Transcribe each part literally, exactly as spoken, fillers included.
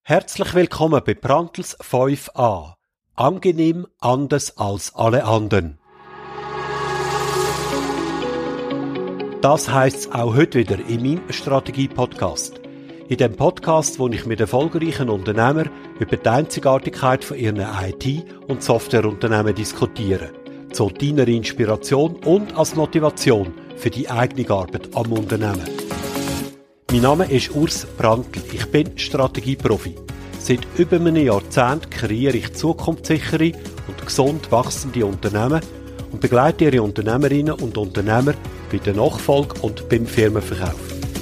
Herzlich willkommen bei Brandtls fünf a. Angenehm anders als alle anderen. Das heisst auch heute wieder in meinem Strategie-Podcast. In dem Podcast, wo ich mit erfolgreichen Unternehmern über die Einzigartigkeit von ihren I T- und Softwareunternehmen diskutiere. Zu deiner Inspiration und als Motivation für die eigene Arbeit am Unternehmen. Mein Name ist Urs Brandtl. Ich bin Strategieprofi. Seit über einem Jahrzehnt kreiere ich zukunftssichere und gesund wachsende Unternehmen und begleite ihre Unternehmerinnen und Unternehmer bei der Nachfolge und beim Firmenverkauf.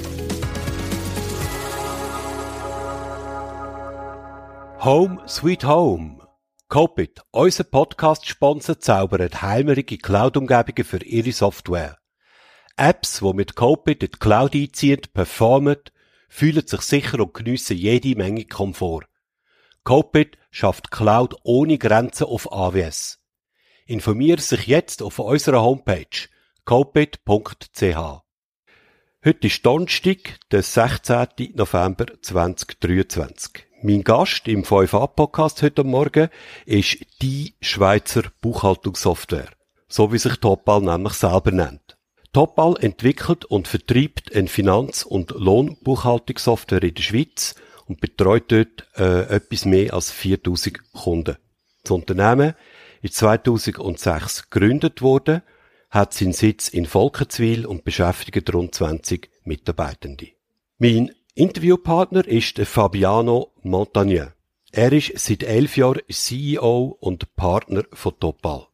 Home Sweet Home. Copit, unser Podcast-Sponsor, zaubert heimerige Cloud-Umgebungen für ihre Software. Apps, die mit Copit in die Cloud einziehen, performen, fühlen sich sicher und geniessen jede Menge Komfort. Copit schafft Cloud ohne Grenzen auf A W S. Informiere sich jetzt auf unserer Homepage copit punkt c h. Heute ist Donnerstag, der sechzehnten November zweitausenddreiundzwanzig. Mein Gast im fünf a-Podcast heute Morgen ist die Schweizer Buchhaltungssoftware, so wie sich Topal nämlich selber nennt. Topal entwickelt und vertreibt eine Finanz- und Lohnbuchhaltungssoftware in der Schweiz und betreut dort äh, etwas mehr als viertausend Kunden. Das Unternehmen ist zweitausendsechs gegründet worden, hat seinen Sitz in Volkenswil und beschäftigt rund zwanzig Mitarbeitende. Mein Interviewpartner ist Fabiano Montagnier. Er ist seit elf Jahren C E O und Partner von Topal.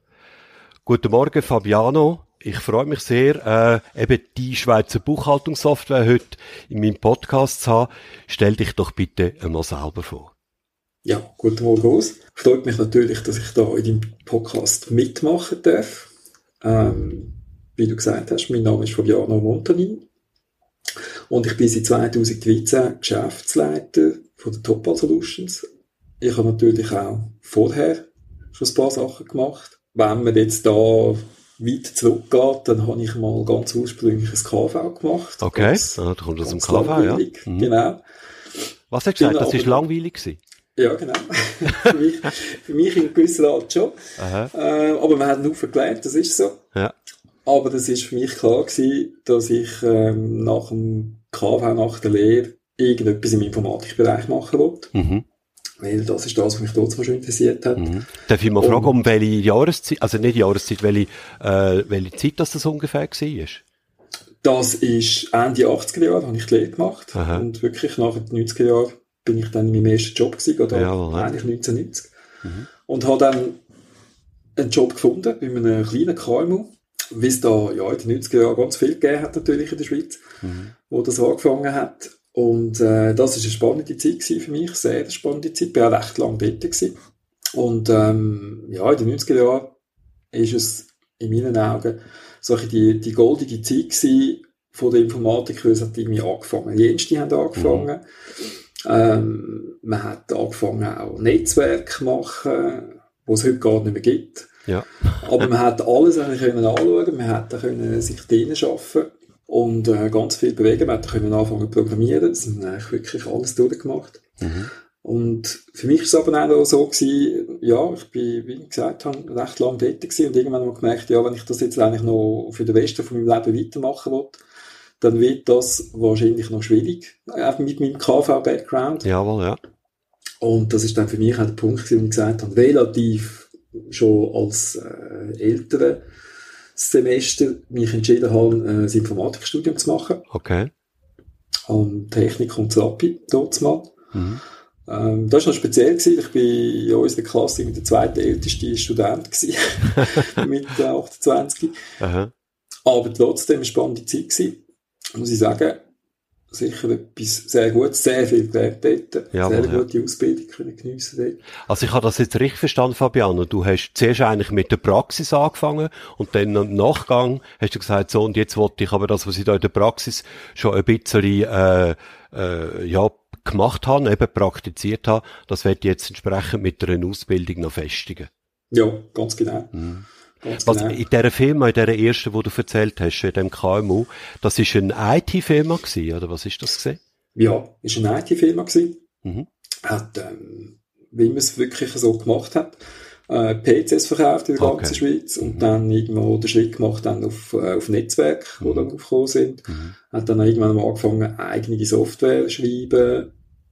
Guten Morgen, Fabiano. Ich freue mich sehr, äh, eben die Schweizer Buchhaltungssoftware heute in meinem Podcast zu haben. Stell dich doch bitte einmal selber vor. Ja, guten Morgen, Urs. Freut mich natürlich, dass ich da in deinem Podcast mitmachen darf. Ähm, wie du gesagt hast, mein Name ist Fabiano Montagnier und ich bin seit zweitausenddreizehn Geschäftsleiter von der Topal Solutions. Ich habe natürlich auch vorher schon ein paar Sachen gemacht. Wenn man jetzt da weit zurückgeht, dann habe ich mal ganz ursprünglich ein K V gemacht. Okay, ah, da kommt das im K V, ja. Mhm. Genau. Was hast du gesagt, das war langweilig gewesen? Ja, genau. für, mich, für mich in gewisser Art schon. Äh, aber man hat einen Haufen gelernt, das ist so. Ja. Aber das war für mich klar gewesen, dass ich ähm, nach dem K V, nach der Lehre, irgendetwas im Informatikbereich machen wollte. Mhm. Weil das ist das, was mich trotzdem schon interessiert hat. Mhm. Darf ich mal und, fragen, um welche Jahreszeit, also nicht Jahreszeit, welche, äh, welche Zeit das, das ungefähr war? Das ist Ende achtziger Jahre, habe ich die Lehre gemacht. Aha. Und wirklich nach den neunziger Jahren bin ich dann in meinem ersten Job gewesen, oder ja, eigentlich neunzehnhundertneunzig. Mhm. Und habe dann einen Job gefunden bei einem kleinen K M U, wie es da ja, in den neunziger Jahren ganz viel gegeben hat, natürlich in der Schweiz, mhm. wo das angefangen hat. Und äh, das war eine spannende Zeit für mich, sehr spannende Zeit. Ich war auch recht lange dort gewesen. Und ähm, ja, in den neunziger Jahren ist es in meinen Augen so die, die goldige Zeit gewesen von der Informatik, weil es hat irgendwie angefangen. Die Dienste haben angefangen. Mhm. Ähm, man hat angefangen auch Netzwerke zu machen, wo es heute gar nicht mehr gibt. Ja. Aber man hat alles eigentlich können anschauen, man hat können sich drinnen arbeiten und äh, ganz viel bewegen. Man konnte anfangen zu programmieren. Das haben wir eigentlich wirklich alles durchgemacht. Mhm. Und für mich war es aber auch so gewesen, ja, ich bin, wie gesagt habe, recht lange dort gewesen und irgendwann habe ich gemerkt, ja, wenn ich das jetzt eigentlich noch für den Rest von meinem Leben weitermachen will, dann wird das wahrscheinlich noch schwierig, auch mit meinem K V-Background. Jawohl, ja. Und das ist dann für mich auch der Punkt gewesen, wo ich gesagt habe, relativ schon als äh, ältere Semester mich entschieden habe, äh, ein Informatikstudium zu machen. Okay. An Technik und Therapie, dort mal. Mhm. Ähm, das war noch speziell gewesen. Ich bin in unserer Klasse der zweite älteste Student gewesen. mit äh, achtundzwanzig. Aha. Aber trotzdem eine spannende Zeit gewesen. Muss ich sagen, sicher etwas sehr Gutes, sehr viel gelernt dort, Jawohl, sehr gute ja. Ausbildung können geniessen dort. Also ich habe das jetzt richtig verstanden, Fabiano. Du hast zuerst eigentlich mit der Praxis angefangen und dann im Nachgang hast du gesagt, so und jetzt wollte ich aber das, was ich da in der Praxis schon ein bisschen äh, äh, ja gemacht habe, eben praktiziert habe, das werde ich jetzt entsprechend mit einer Ausbildung noch festigen. Ja, ganz genau. Mhm. Ganz Was genau. in dieser Firma, in dieser ersten, die du erzählt hast, in dem K M U, das war eine I T-Firma gewesen, oder was ist das gewesen? Ja, ist eine I T-Firma gewesen. Mhm. hat, ähm, wie man es wirklich so gemacht hat, äh, P Cs verkauft in der Okay. ganzen Schweiz und Mhm. dann irgendwo den Schritt gemacht dann auf, äh, auf Netzwerke, die Mhm. dann aufgekommen sind. Mhm. Hat dann irgendwann mal angefangen, eigene Software zu schreiben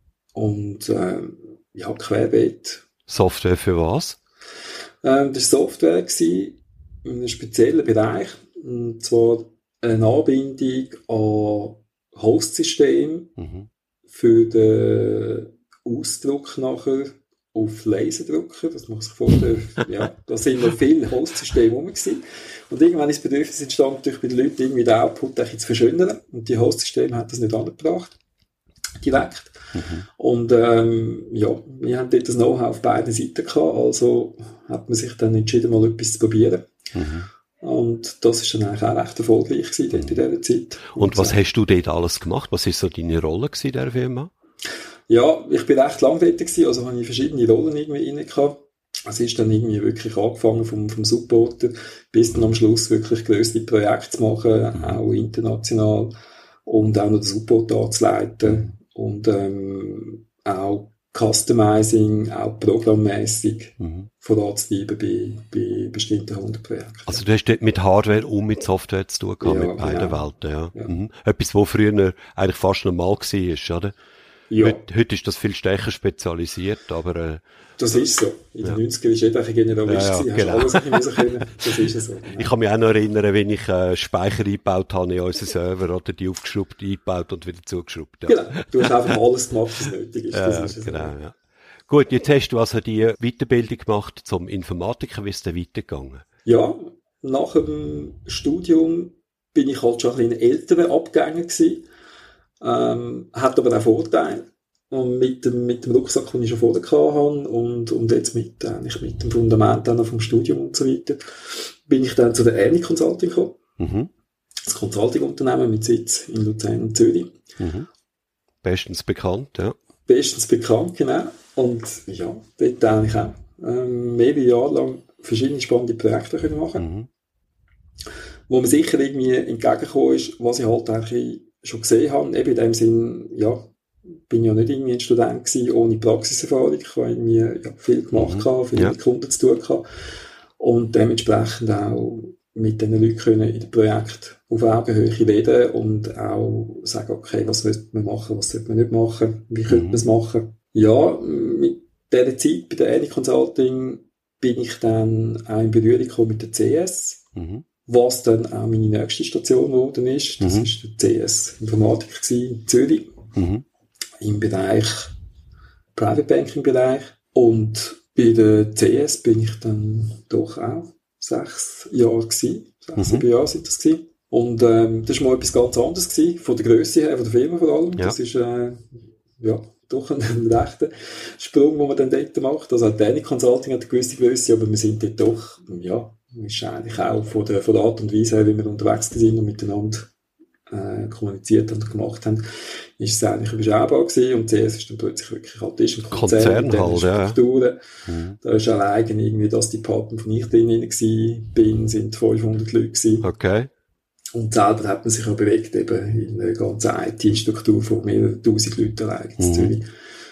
und ähm, ja, querbeet. Software für was? Ähm, das war Software gewesen, in einem speziellen Bereich, und zwar eine Anbindung an Hostsystem Mhm. für den Ausdruck nachher auf Laserdrucker. Das muss ich vorstellen. Ja, da sind noch viele Hostsysteme rum gewesen. Und irgendwann ist das Bedürfnis entstanden, natürlich bei den Leuten irgendwie den Output zu verschönern. Und die Hostsysteme haben das nicht angebracht. Direkt. Mhm. Und ähm, ja, wir haben dort das Know-how auf beiden Seiten gehabt, also hat man sich dann entschieden, mal etwas zu probieren. Mhm. Und das ist dann eigentlich auch recht erfolgreich gewesen dort in dieser Zeit. Und was so. hast du dort alles gemacht? Was ist so deine Rolle gewesen in dieser Firma? Ja, ich bin recht lang dort gewesen, also habe ich verschiedene Rollen irgendwie inne gehabt. Es ist dann irgendwie wirklich angefangen vom, vom Supporter bis dann am Schluss wirklich grössere Projekte zu machen, Mhm. auch international, und auch noch den Support anzuleiten und ähm, auch Customizing, auch programmmäßig Mhm. voranzutreiben bei, bei bestimmten Kundenprojekten. Also du hast dort mit Hardware und mit Software zu tun gehabt, Ja, mit beiden genau. Welten, ja. Ja. Mhm. Etwas, was früher eigentlich fast normal war, oder? Ja, Heute, heute ist das viel stärker spezialisiert, aber äh, das ist so. In den Ja. neunzigern war jeder ein Generalist, Ja, ja, gewesen, genau. hast alles ein bisschen können. Das ist so. Genau. ich kann mich auch noch erinnern, wenn ich äh, Speicher eingebaut habe in unseren Server, oder die aufgeschraubt, eingebaut und wieder zugeschraubt. Ja, Genau. Du hast einfach alles gemacht, was nötig ist. ja, Das ja, ist es. genau, ja. Gut, jetzt hast du also die Weiterbildung gemacht zum Informatiker. Wie ist es weitergegangen? Ja, nach dem Studium bin ich halt schon ein bisschen älterer Abgänger gewesen. Ähm, hat aber auch Vorteile. Und mit dem, mit dem Rucksack, den ich schon vorher hatte, und, und jetzt mit, eigentlich mit dem Fundament dann vom Studium und so weiter, bin ich dann zu der Ernie Consulting gekommen. Mhm. Das Consulting-Unternehmen mit Sitz in Luzern und Zürich. Mhm. Bestens bekannt, ja. Bestens bekannt, genau. Und ja, dort eigentlich auch ähm, mehrere Jahre lang verschiedene spannende Projekte können machen, Mhm. wo mir sicher irgendwie entgegengekommen ist, was ich halt eigentlich schon gesehen habe. Eben in dem Sinn, ja, bin ja nicht irgendwie ein Student gewesen, ohne Praxiserfahrung. Ich habe irgendwie ja, viel gemacht, Mhm. gehabt, viel Ja. mit Kunden zu tun gehabt. Und dementsprechend auch mit diesen Leuten können in dem Projekt auf Augenhöhe reden und auch sagen, okay, was sollte man machen, was sollte man nicht machen, wie könnte Mhm. man es machen. Ja, mit dieser Zeit bei der Ernie Consulting bin ich dann auch in Berührung gekommen mit der C S, Mhm. was dann auch meine nächste Station geworden ist. Das Mhm. ist der C S Informatik gewesen, in Zürich, Mhm. im Bereich Private Banking Bereich. Und bei der C S bin ich dann doch auch sechs Jahre gewesen. Sechs, Mhm. sieben Jahre sind das gewesen. Und ähm, das war mal etwas ganz anderes gewesen, von der Grösse her, von der Firma vor allem. Ja. Das ist äh, ja doch ein, ein rechter Sprung, den man dann dort macht. Also auch die Ernie Consulting hat eine gewisse Grösse, aber wir sind dort doch, ja, ist eigentlich auch von der, von der Art und Weise her, wie wir unterwegs sind und miteinander äh, kommuniziert und gemacht haben, ist es eigentlich überschaubar gewesen, und C S ist dann plötzlich wirklich halt ist ein Konzern, Konzern mit diesen halt, ja. Strukturen. Mhm. Da ist allein irgendwie das Department, wo ich drin gewesen bin, sind fünfhundert Leute gewesen. Okay. Und selber hat man sich auch bewegt, eben in einer ganzen I T-Struktur von mehreren tausend Leuten allein in Mhm. Zürich.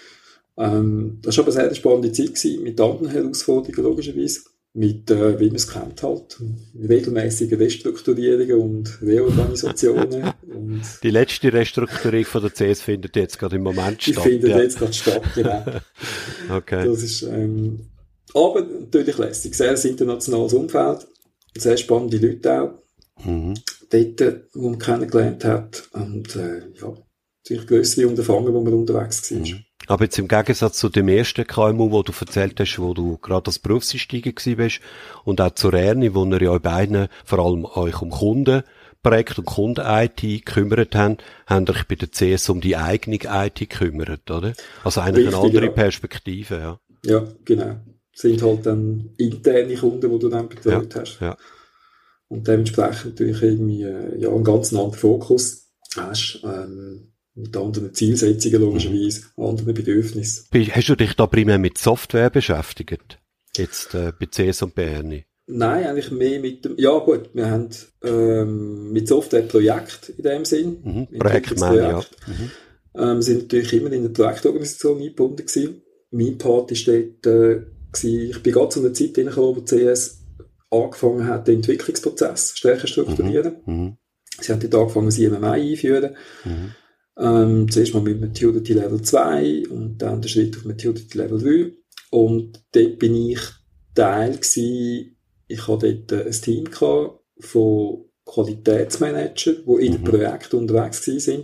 Ähm, das war aber eine sehr spannende Zeit gewesen, mit anderen Herausforderungen logischerweise. Mit, äh, wie man es kennt halt, regelmäßigen Restrukturierungen und Reorganisationen. Und Die letzte Restrukturierung von der C S findet jetzt gerade im Moment die statt. findet ja. jetzt gerade statt, genau. Okay. Das ist, ähm, aber natürlich lässig. Sehr ein internationales Umfeld. Sehr spannende Leute auch. Mhm. Dort, wo man kennengelernt hat. Und, äh, ja, natürlich grössere Unterfangen, wo man unterwegs war. Mhm. Aber jetzt im Gegensatz zu dem ersten K M U, wo du erzählt hast, wo du gerade als Berufseinsteiger gewesen bist, und auch zur Ernie, wo ihr ja beiden vor allem euch um Kundenprojekte und Kunden-I T gekümmert habt, habt ihr euch bei der C S um die eigene I T gekümmert, oder? Also eigentlich Richtig, eine andere ja. Perspektive, ja. Ja, genau. Das sind halt dann interne Kunden, die du dann betreut hast. Ja. Und dementsprechend natürlich irgendwie, äh, ja, einen ganz anderen Fokus hast, ähm, mit anderen Zielsetzungen logischerweise, mhm. anderen Bedürfnissen. Hast du dich da primär mit Software beschäftigt? Jetzt äh, bei C S und bei Ernie? Nein, eigentlich mehr mit dem, ja gut, wir haben ähm, mit Software Projekt in dem Sinn. Mhm. Projektmann, ja. Mhm. Ähm, sind natürlich immer in der Projektorganisation eingebunden gewesen. Mein Part war dort, äh, gewesen. Ich bin gerade zu einer Zeit reingekommen, wo C S angefangen hat, den Entwicklungsprozess stärker zu strukturieren. Mhm. Sie haben dort angefangen, das I M M I einführen. Mhm. Ähm, zuerst mal mit Maturity Level zwei und dann der Schritt auf Maturity Level drei. Und dort bin ich Teil gewesen. Ich hatte dort ein Team gehabt von Qualitätsmanagern, die in Mhm. den Projekten unterwegs waren,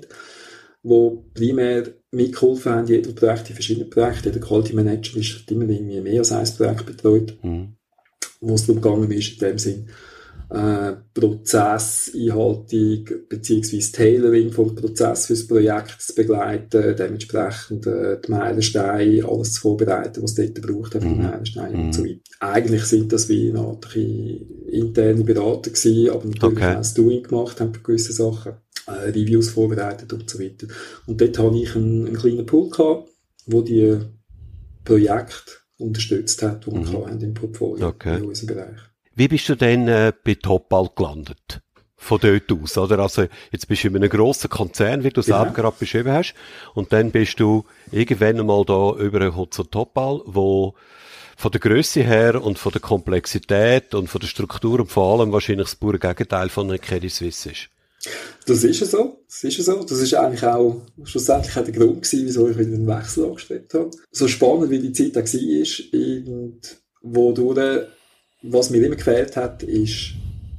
die primär mitgeholfen haben, jedem Projekt, in verschiedenen Projekten. Der Quality Manager ist immer irgendwie mehr als ein Projekt betreut, Mhm. wo es darum gegangen ist, in dem Sinn, äh, Prozesseinhaltung beziehungsweise Tailoring vom Prozess fürs Projekt zu begleiten, dementsprechend äh, die Meilensteine, alles zu vorbereiten, was es dort braucht, für die Mhm. Meilensteine Mhm. und so weiter. Eigentlich sind das wie eine Art interne Berater gewesen, aber natürlich Okay. auch das Doing gemacht haben für gewisse Sachen, äh, Reviews vorbereitet und so weiter. Und dort habe ich einen, einen kleinen Pool gehabt, wo die Projekte unterstützt hat, die wir Mhm. haben im Portfolio, Okay. in unserem Bereich. Wie bist du denn äh, bei Topal gelandet? Von dort aus, oder? Also, jetzt bist du in einem grossen Konzern, wie du Genau. selber gerade beschrieben hast. Und dann bist du irgendwann einmal da übergekommen zu Topal, wo von der Grösse her und von der Komplexität und von der Struktur und vor allem wahrscheinlich das pure Gegenteil von einer Credit Suisse ist. Das ist ja so. Das ist ja so. Das ist eigentlich auch schlussendlich auch der Grund gewesen, wieso ich wieder einen Wechsel angestrebt habe. So spannend wie die Zeit auch war, und wodurch, was mir immer gefehlt hat, ist,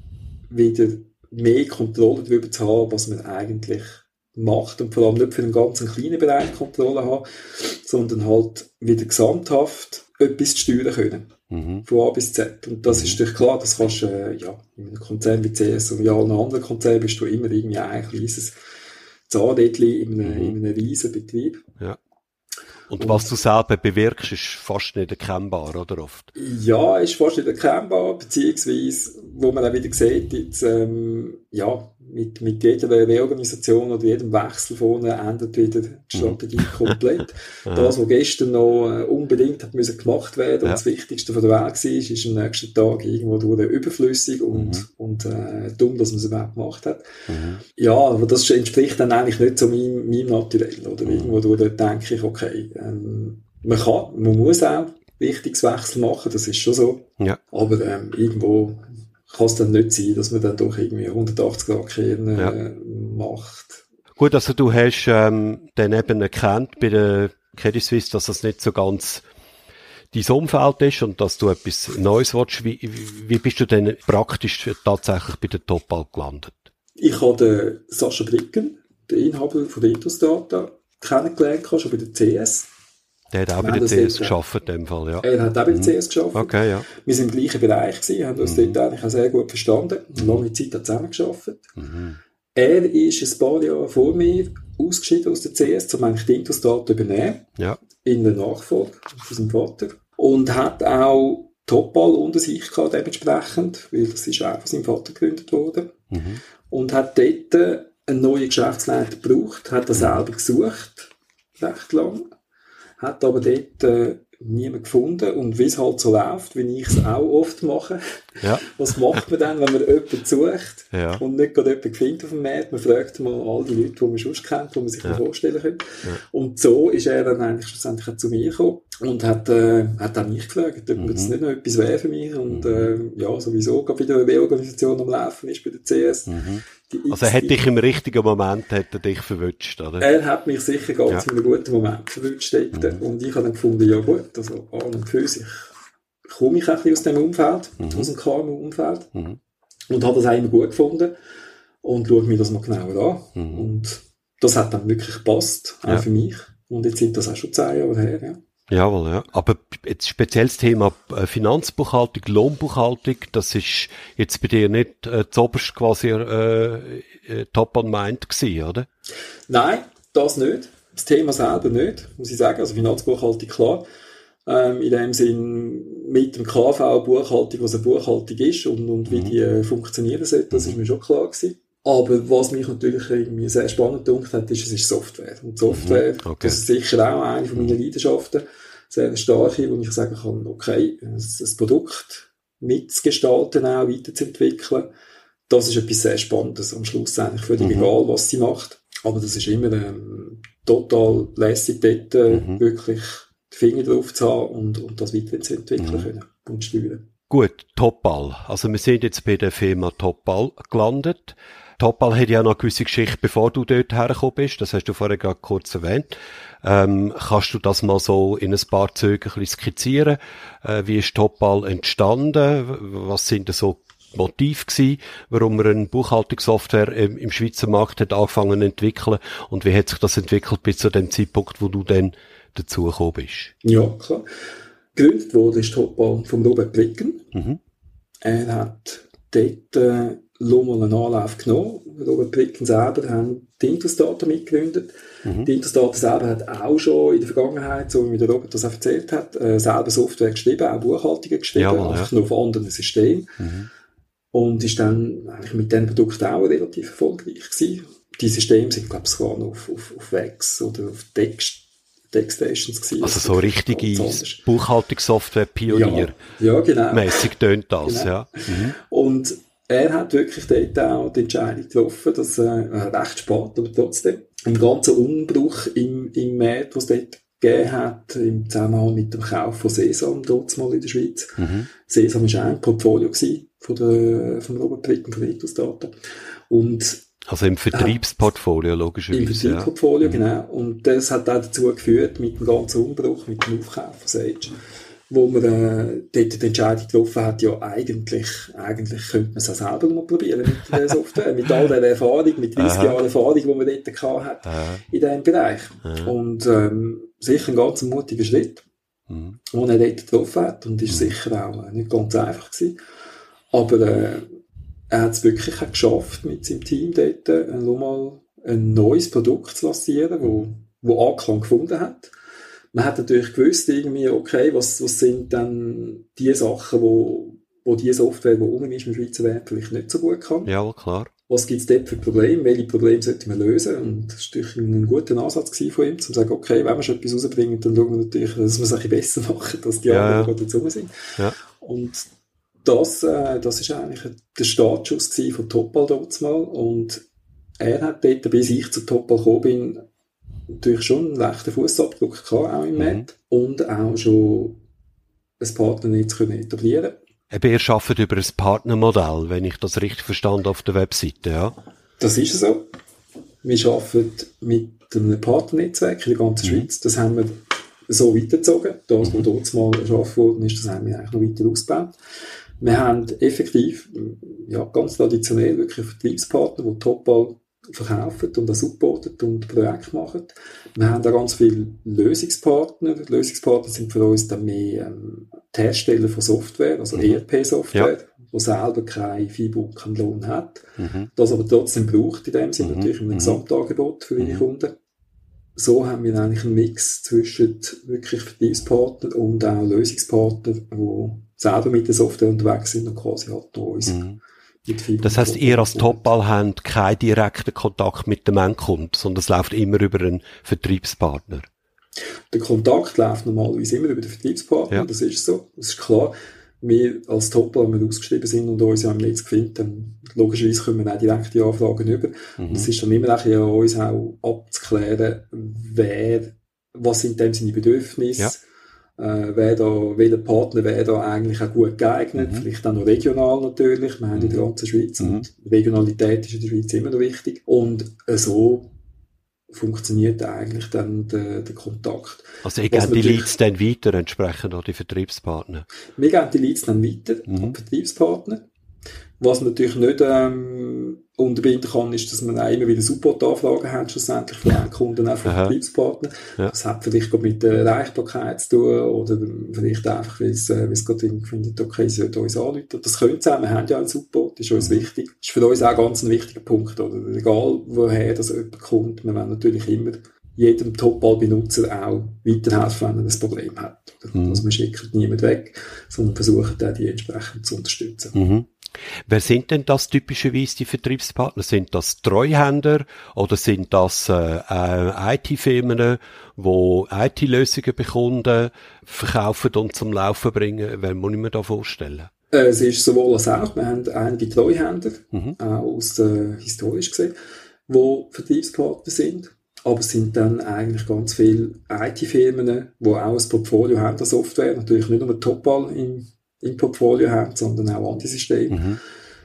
wieder mehr Kontrolle darüber zu haben, was man eigentlich macht und vor allem nicht für einen ganz kleinen Bereich Kontrolle haben, sondern halt wieder gesamthaft etwas zu steuern können. Mhm. Von A bis Z. Und das ist natürlich klar, das kannst du, äh, ja, in einem Konzern wie C S und in allen anderen Konzernen bist du immer irgendwie ein kleines Zahnrädchen in einem, Mhm. in einem riesen Betrieb. Ja. Und, Und- was du selber bewirkst, ist fast nicht erkennbar, oder oft? Ja, ist fast nicht erkennbar, beziehungsweise, wo man auch wieder sieht, jetzt, ähm, ja, mit, mit jeder Reorganisation oder jedem Wechsel vorne ändert wieder die Strategie komplett. Das, was gestern noch äh, unbedingt hat müssen gemacht werden und Ja. das Wichtigste von der Welt war, ist am nächsten Tag irgendwo durch überflüssig und, Mhm. und äh, dumm, dass man es überhaupt gemacht hat. Mhm. Ja, aber das entspricht dann eigentlich nicht so meinem, meinem Naturell. Oder Mhm. irgendwo durch denke ich, okay, ähm, man kann, man muss auch Richtungswechsel machen, das ist schon so. Ja. Aber ähm, irgendwo kann es dann nicht sein, dass man dann doch irgendwie hundertachtzig Grad Kehren äh, Ja. macht. Gut, also du hast ähm, dann eben erkannt bei der Credit Suisse, dass das nicht so ganz dein Umfeld ist und dass du etwas Neues willst. Wie, wie, wie bist du denn praktisch tatsächlich bei der Topal gelandet? Ich habe den Sascha Bricken, den Inhaber von der Intus-Data, kennengelernt, schon bei der C S. Der hat auch Nein, bei der das C S nicht, geschafft, in dem Fall, ja. Er hat auch bei der C S geschafft. Okay, ja. Wir sind im gleichen Bereich gewesen, haben uns Mhm. dort eigentlich auch sehr gut verstanden, eine lange Zeit zusammen gearbeitet. Mhm. Er ist ein paar Jahre vor mir ausgeschieden aus der C S, um eigentlich die Intus-Data zu übernehmen, Ja. in der Nachfolge von seinem Vater. Und hat auch Topal unter sich gehabt, dementsprechend, weil das ist auch von seinem Vater gegründet worden. Mhm. Und hat dort einen neuen Geschäftsleiter gebraucht, hat das selber gesucht, recht lang, hat aber dort äh, niemand gefunden. Und wie es halt so läuft, wie ich es auch oft mache, Ja. was macht man dann, wenn man jemanden sucht Ja. und nicht gerade jemanden findet auf dem Markt? Man fragt mal all die Leute, die man sonst kennt, die man sich Ja. ja. vorstellen könnte. Ja. Und so ist er dann eigentlich schlussendlich auch zu mir gekommen und hat, äh, hat dann mich gefragt, ob Mhm. das nicht noch etwas wäre für mich. Und äh, ja, sowieso gerade wieder eine Reorganisation am Laufen ist bei der C S. Mhm. Die Also er hat dich im richtigen Moment hat er dich verwünscht, oder? Er hat mich sicher ganz Ja. in einem guten Moment verwünscht dort. Mhm. Und ich habe dann gefunden, ja gut, also an und für sich komme ich ein bisschen aus dem Umfeld, Mhm. aus dem K M U-Umfeld. Mhm. Und habe das auch immer gut gefunden. Und schaue mir das mal genauer an. Mhm. Und das hat dann wirklich gepasst, auch Ja. für mich. Und jetzt sind das auch schon zehn Jahre her, ja. Jawohl, ja. Aber jetzt spezielles Thema äh, Finanzbuchhaltung, Lohnbuchhaltung, das ist jetzt bei dir nicht äh, zuoberst quasi äh, äh, top on mind gewesen, oder? Nein, das nicht. Das Thema selber nicht, muss ich sagen. Also Finanzbuchhaltung, klar. Ähm, in dem Sinn mit dem K V Buchhaltung, was eine Buchhaltung ist und, und wie Mhm. die äh, funktionieren sollte, das ist mir schon klar gewesen. Aber was mich natürlich irgendwie sehr spannend gedacht hat, ist, es ist Software. Und Software, Mhm, okay. das ist sicher auch eine von meinen Leidenschaften, sehr starke, wo ich sagen kann, okay, das Produkt mitzugestalten, auch weiterzuentwickeln, das ist etwas sehr Spannendes am Schluss eigentlich, völlig Mhm. egal, was sie macht. Aber das ist immer ähm, total lässig, dort mhm. wirklich die Finger drauf zu haben und, und das weiterzuentwickeln mhm. können und steuern. Gut, Topball. Also wir sind jetzt bei der Firma Topball gelandet. Topball hat ja noch eine gewisse Geschichte, bevor du dort hergekommen bist. Das hast du vorher gerade kurz erwähnt. Ähm, kannst du das mal so in ein paar Zügen ein bisschen skizzieren? Äh, wie ist Topball entstanden? Was sind da so Motive gewesen, warum man eine Buchhaltungssoftware im, im Schweizer Markt hat angefangen zu entwickeln? Und wie hat sich das entwickelt bis zu dem Zeitpunkt, wo du dann dazugekommen bist? Ja, klar. Gegründet wurde ist Topball von Robert Plicken. Mhm. Er hat dort äh, mal einen Anlauf genommen. Robert Plicken selber haben die Intosdata mitgegründet. Mhm. Die Intosdata selber hat auch schon in der Vergangenheit, so wie der Robert das auch erzählt hat, äh, selber Software geschrieben, auch Buchhaltungen geschrieben, ja, einfach ja. noch auf anderen Systemen. Mhm. Und ist dann eigentlich mit diesen Produkten auch relativ erfolgreich gewesen. Die Systeme sind, glaube ich, sogar noch auf, auf, auf Wex oder auf Text. Deckstations gewesen. Also so richtige Buchhaltungssoftware-Pionier. Ja, ja, genau. Mäßig tönt das, genau. ja. Mhm. Und er hat wirklich dort auch die Entscheidung getroffen, dass äh, recht spät, aber trotzdem, im ganzen Umbruch im, im Markt, was es dort gegeben hat, im Zusammenhang mit dem Kauf von Sesam, dort mal in der Schweiz. Mhm. Sesam war auch ein Portfolio gewesen von der, von Robert Plicken von Intosdata. Und also im Vertriebsportfolio, logischerweise. Im Vertriebsportfolio, ja. genau. Und das hat auch dazu geführt, mit dem ganzen Umbruch, mit dem Aufkauf von Sage, wo man äh, dort die Entscheidung getroffen hat, ja, eigentlich, eigentlich könnte man es auch selber mal probieren mit der Software, mit all der Erfahrung, mit dreißig Jahren Erfahrung, die man dort gehabt hat, Aha. in diesem Bereich. Aha. Und ähm, sicher ein ganz mutiger Schritt, mhm. den er dort getroffen hat, und ist mhm. sicher auch nicht ganz einfach gewesen. Aber äh, er hat es wirklich auch geschafft, mit seinem Team dort äh, nochmal ein neues Produkt zu lancieren, wo, wo Anklang gefunden hat. Man hat natürlich gewusst, irgendwie, okay, was, was sind dann die Sachen, wo, wo die Software, die rum ist im Schweizer Wert, vielleicht nicht so gut kann. Ja, klar. Was gibt es dort für Probleme? Welche Probleme sollte man lösen? Und das war natürlich ein guter Ansatz von ihm, um zu sagen, okay, wenn wir schon etwas rausbringen, dann schauen wir natürlich, dass wir es ein bisschen besser machen, dass die ja, anderen ja. dazu sind. Ja. Und Das, äh, das ist eigentlich der Startschuss von Topball dort mal. Und er hat dort, bis ich zu Topball gekommen bin, natürlich schon einen leichten Fußabdruck gehabt, auch im mhm. Markt. Und auch schon ein Partnernetz können etablieren. Eben, ihr arbeitet über ein Partnermodell, wenn ich das richtig verstanden auf der Webseite, ja? Das ist so. Wir arbeiten mit einem Partnernetzwerk in der ganzen mhm. Schweiz. Das haben wir so weitergezogen. Das, was dort mal erschaffen worden ist, das haben wir eigentlich noch weiter ausgebaut. Wir haben effektiv, ja, ganz traditionell wirklich Vertriebspartner, die Topball verkaufen und auch supporten und Projekte machen. Wir haben da ganz viele Lösungspartner. Lösungspartner sind für uns dann mehr ähm, die Hersteller von Software, also mhm. E R P-Software, ja. die selber keinen Freiburg, keinen Lohn hat, mhm. das aber trotzdem braucht in dem Sinne, mhm. natürlich in einem mhm. Gesamtangebot für ihre mhm. Kunden. So haben wir eigentlich einen Mix zwischen wirklich Vertriebspartner und auch Lösungspartner, die selber mit der Software unterwegs sind und quasi halt noch uns mhm. mit viel. Das heisst, ihr als Topball habt keinen direkten Kontakt mit dem Endkunden, sondern es läuft immer über einen Vertriebspartner. Der Kontakt läuft normalerweise immer über den Vertriebspartner, ja. Das ist so, das ist klar. Wir als Topball, wenn wir ausgeschrieben sind und uns ja im Netz finden, dann logischerweise können wir auch direkte Anfragen über. Mhm. Und es ist dann immer ein bisschen an uns auch abzuklären, wer, was sind dem seine Bedürfnisse, ja. Äh, wer da, welcher Partner wäre da eigentlich auch gut geeignet, mhm. vielleicht auch noch regional natürlich, wir haben mhm. in der ganzen Schweiz mhm. und Regionalität ist in der Schweiz immer noch wichtig und äh, so funktioniert eigentlich dann der, der Kontakt. Also ihr gebt die Leads dann weiter, entsprechend an die Vertriebspartner? Wir geben die Leads dann weiter mhm. an die Vertriebspartner. Was man natürlich nicht ähm, unterbinden kann, ist, dass man auch immer wieder Support-Anfragen hat, schlussendlich von den Kunden, auch von Vertriebspartnern. Ja. Das hat vielleicht gerade mit der Erreichbarkeit zu tun oder vielleicht einfach, weil es, äh, weil es gerade findet, okay, sie sollten uns anrufen. Das können sie auch, wir haben ja einen Support, das ist uns mhm. wichtig. Das ist für uns auch ganz ein wichtiger Punkt. Oder? Egal woher das jemand kommt, wir wollen natürlich immer jedem Topball-Benutzer auch weiterhelfen, wenn er ein Problem hat. Mhm. Also wir schicken niemand weg, sondern versuchen auch, die entsprechend zu unterstützen. Mhm. Wer sind denn das typischerweise, die Vertriebspartner? Sind das Treuhänder oder sind das äh, äh, I T-Firmen, die I T-Lösungen bei Kunden verkaufen und zum Laufen bringen? Wer muss ich mir da vorstellen? Äh, es ist sowohl als auch. Wir haben einige Treuhänder, mhm. auch aus der, historisch gesehen, die Vertriebspartner sind. aber es sind dann eigentlich ganz viele I T-Firmen, die auch ein Portfolio haben der Software, natürlich nicht nur Topball im, im Portfolio haben, sondern auch andere Systeme, mhm.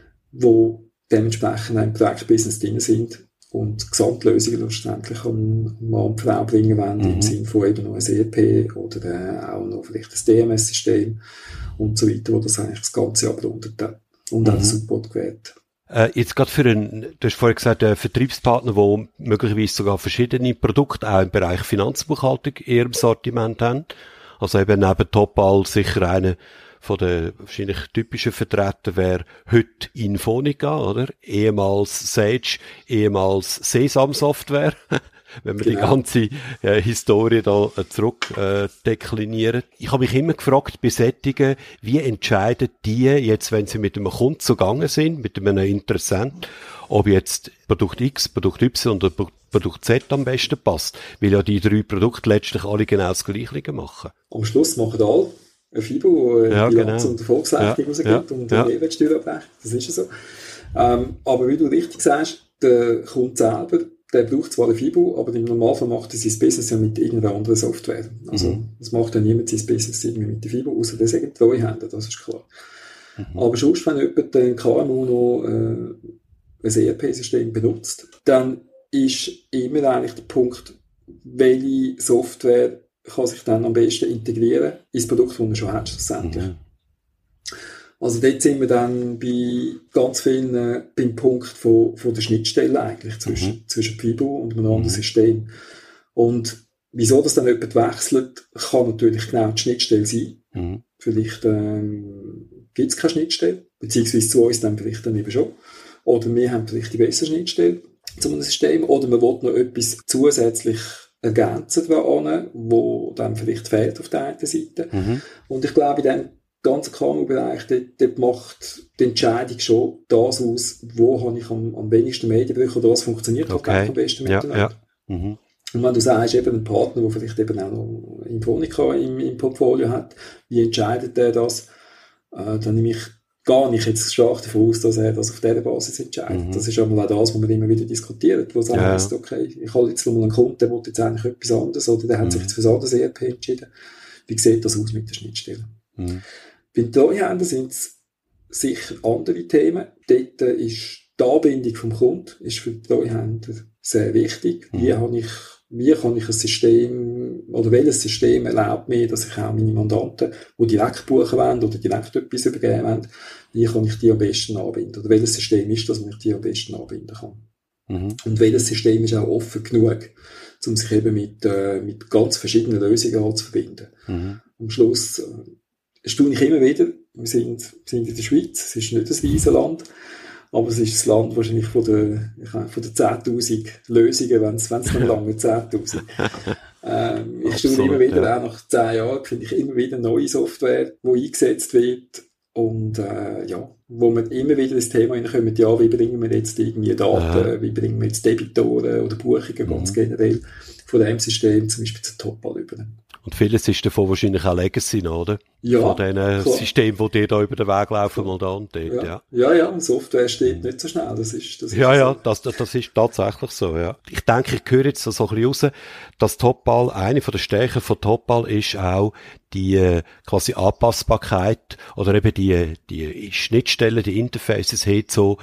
wo dementsprechend im Projektbusiness drin sind und Gesamtlösungen letztendlich an Mann und Frau bringen wollen, mhm. im Sinne von eben noch ein E R P oder äh, auch noch vielleicht ein D M S-System und so weiter, wo das eigentlich das ganze abrundet hat und mhm. auch den Support gewährt. Äh, jetzt gerade für einen, du hast vorhin gesagt, einen Vertriebspartner, der möglicherweise sogar verschiedene Produkte auch im Bereich Finanzbuchhaltung in ihrem Sortiment haben. Also eben neben Topball sicher einer von den wahrscheinlich typischen Vertretern wäre heute Infonica, oder? Ehemals Sage, ehemals Sesam Software. Wenn wir genau. die ganze äh, Historie da äh, zurück äh, deklinieren. Ich habe mich immer gefragt, bei Sättigen, wie entscheiden die jetzt, wenn sie mit einem Kunden zugange sind, mit einem Interessenten, ob jetzt Produkt X, Produkt Y oder Produkt Z am besten passt? Weil ja die drei Produkte letztlich alle genau das Gleiche machen. Am Schluss machen alle ein FIBO, eine ja, Bilanz genau. und Erfolgsrechnung ja, rausgibt ja, und ja. eine Mehrwertsteuerabrechnung. Das ist ja so. Ähm, aber wie du richtig sagst, der Kunde selber, der braucht zwar ein FIBO, aber im Normalfall macht er sein Business ja mit irgendeiner anderen Software. Also, mhm. das macht ja niemand sein Business irgendwie mit der FIBO, außer der sagt Treuhänder, das ist klar. Mhm. Aber sonst, wenn jemand den K M U noch äh, ein E R P-System benutzt, dann ist immer eigentlich der Punkt, welche Software kann sich dann am besten integrieren ins Produkt, das er schon hat, schlussendlich. Mhm. Also dort sind wir dann bei ganz vielen äh, beim Punkt von, von der Schnittstelle eigentlich zwischen, mhm. zwischen FIBO und einem anderen mhm. System. Und wieso das dann jemand wechselt, kann natürlich genau die Schnittstelle sein. Mhm. Vielleicht ähm, gibt es keine Schnittstelle, beziehungsweise zu uns dann vielleicht dann eben schon. Oder wir haben vielleicht die bessere Schnittstelle zu einem System. Oder man will noch etwas zusätzlich ergänzen daran, wo dann vielleicht fehlt auf der einen Seite. Mhm. Und ich glaube, in dem ganzen K M U-Bereich, dort, dort macht die Entscheidung schon das aus, wo habe ich am, am wenigsten Medienbrüche oder was funktioniert okay. am besten ja, miteinander. Ja. Mhm. Und wenn du sagst, eben ein Partner, der vielleicht eben auch noch Infonica im, im Portfolio hat, wie entscheidet der das? Äh, dann nehme ich gar nicht jetzt stark davon aus, dass er das auf dieser Basis entscheidet. Mhm. Das ist einmal auch das, was wir immer wieder diskutieren, wo es auch ja. heisst, okay, ich habe jetzt mal einen Kunden, der will jetzt eigentlich etwas anderes oder der hat mhm. sich jetzt für ein anderes E R P entschieden. Wie sieht das aus mit der Schnittstelle? Mhm. Bei den Treuhändern sind es sicher andere Themen. Dort ist die Anbindung vom Kunden ist für die Treuhänder sehr wichtig. Mhm. Wie, habe ich, wie kann ich ein System, oder welches System erlaubt mir, dass ich auch meine Mandanten, die direkt buchen wollen oder direkt etwas übergeben wollen, wie kann ich die am besten anbinden? Oder welches System ist das, wo ich die am besten anbinden kann? Mhm. Und welches System ist auch offen genug, um sich eben mit, äh, mit ganz verschiedenen Lösungen zu verbinden? Mhm. Am Schluss äh, staune ich immer wieder, wir sind, sind in der Schweiz, es ist nicht ein Riesenland, aber es ist das Land wahrscheinlich von der, ich meine, von der zehntausend Lösungen, wenn es noch lange zehntausend. ähm, ich staune immer wieder, ja. Auch nach zehn Jahren finde ich immer wieder neue Software, die eingesetzt wird und äh, ja, wo man immer wieder ins Thema hineinkommt, ja, wie bringen wir jetzt irgendwie Daten, ja. wie bringen wir jetzt Debitoren oder Buchungen ganz mhm. generell von dem System zum Beispiel zu Topball über. Und vieles ist davon wahrscheinlich auch Legacy, oder? Ja, von diesen Systemen, die dir da über den Weg laufen, mal da und dort, ja. ja. Ja, ja, Software steht mhm. nicht so schnell, das ist, das ist Ja, so. ja, das, das ist tatsächlich so, ja. Ich denke, ich höre jetzt so ein bisschen raus, dass Topball, eine von der Stärken von Topball ist auch die, äh, quasi Anpassbarkeit oder eben die, die Schnittstellen, die Interfaces hin zu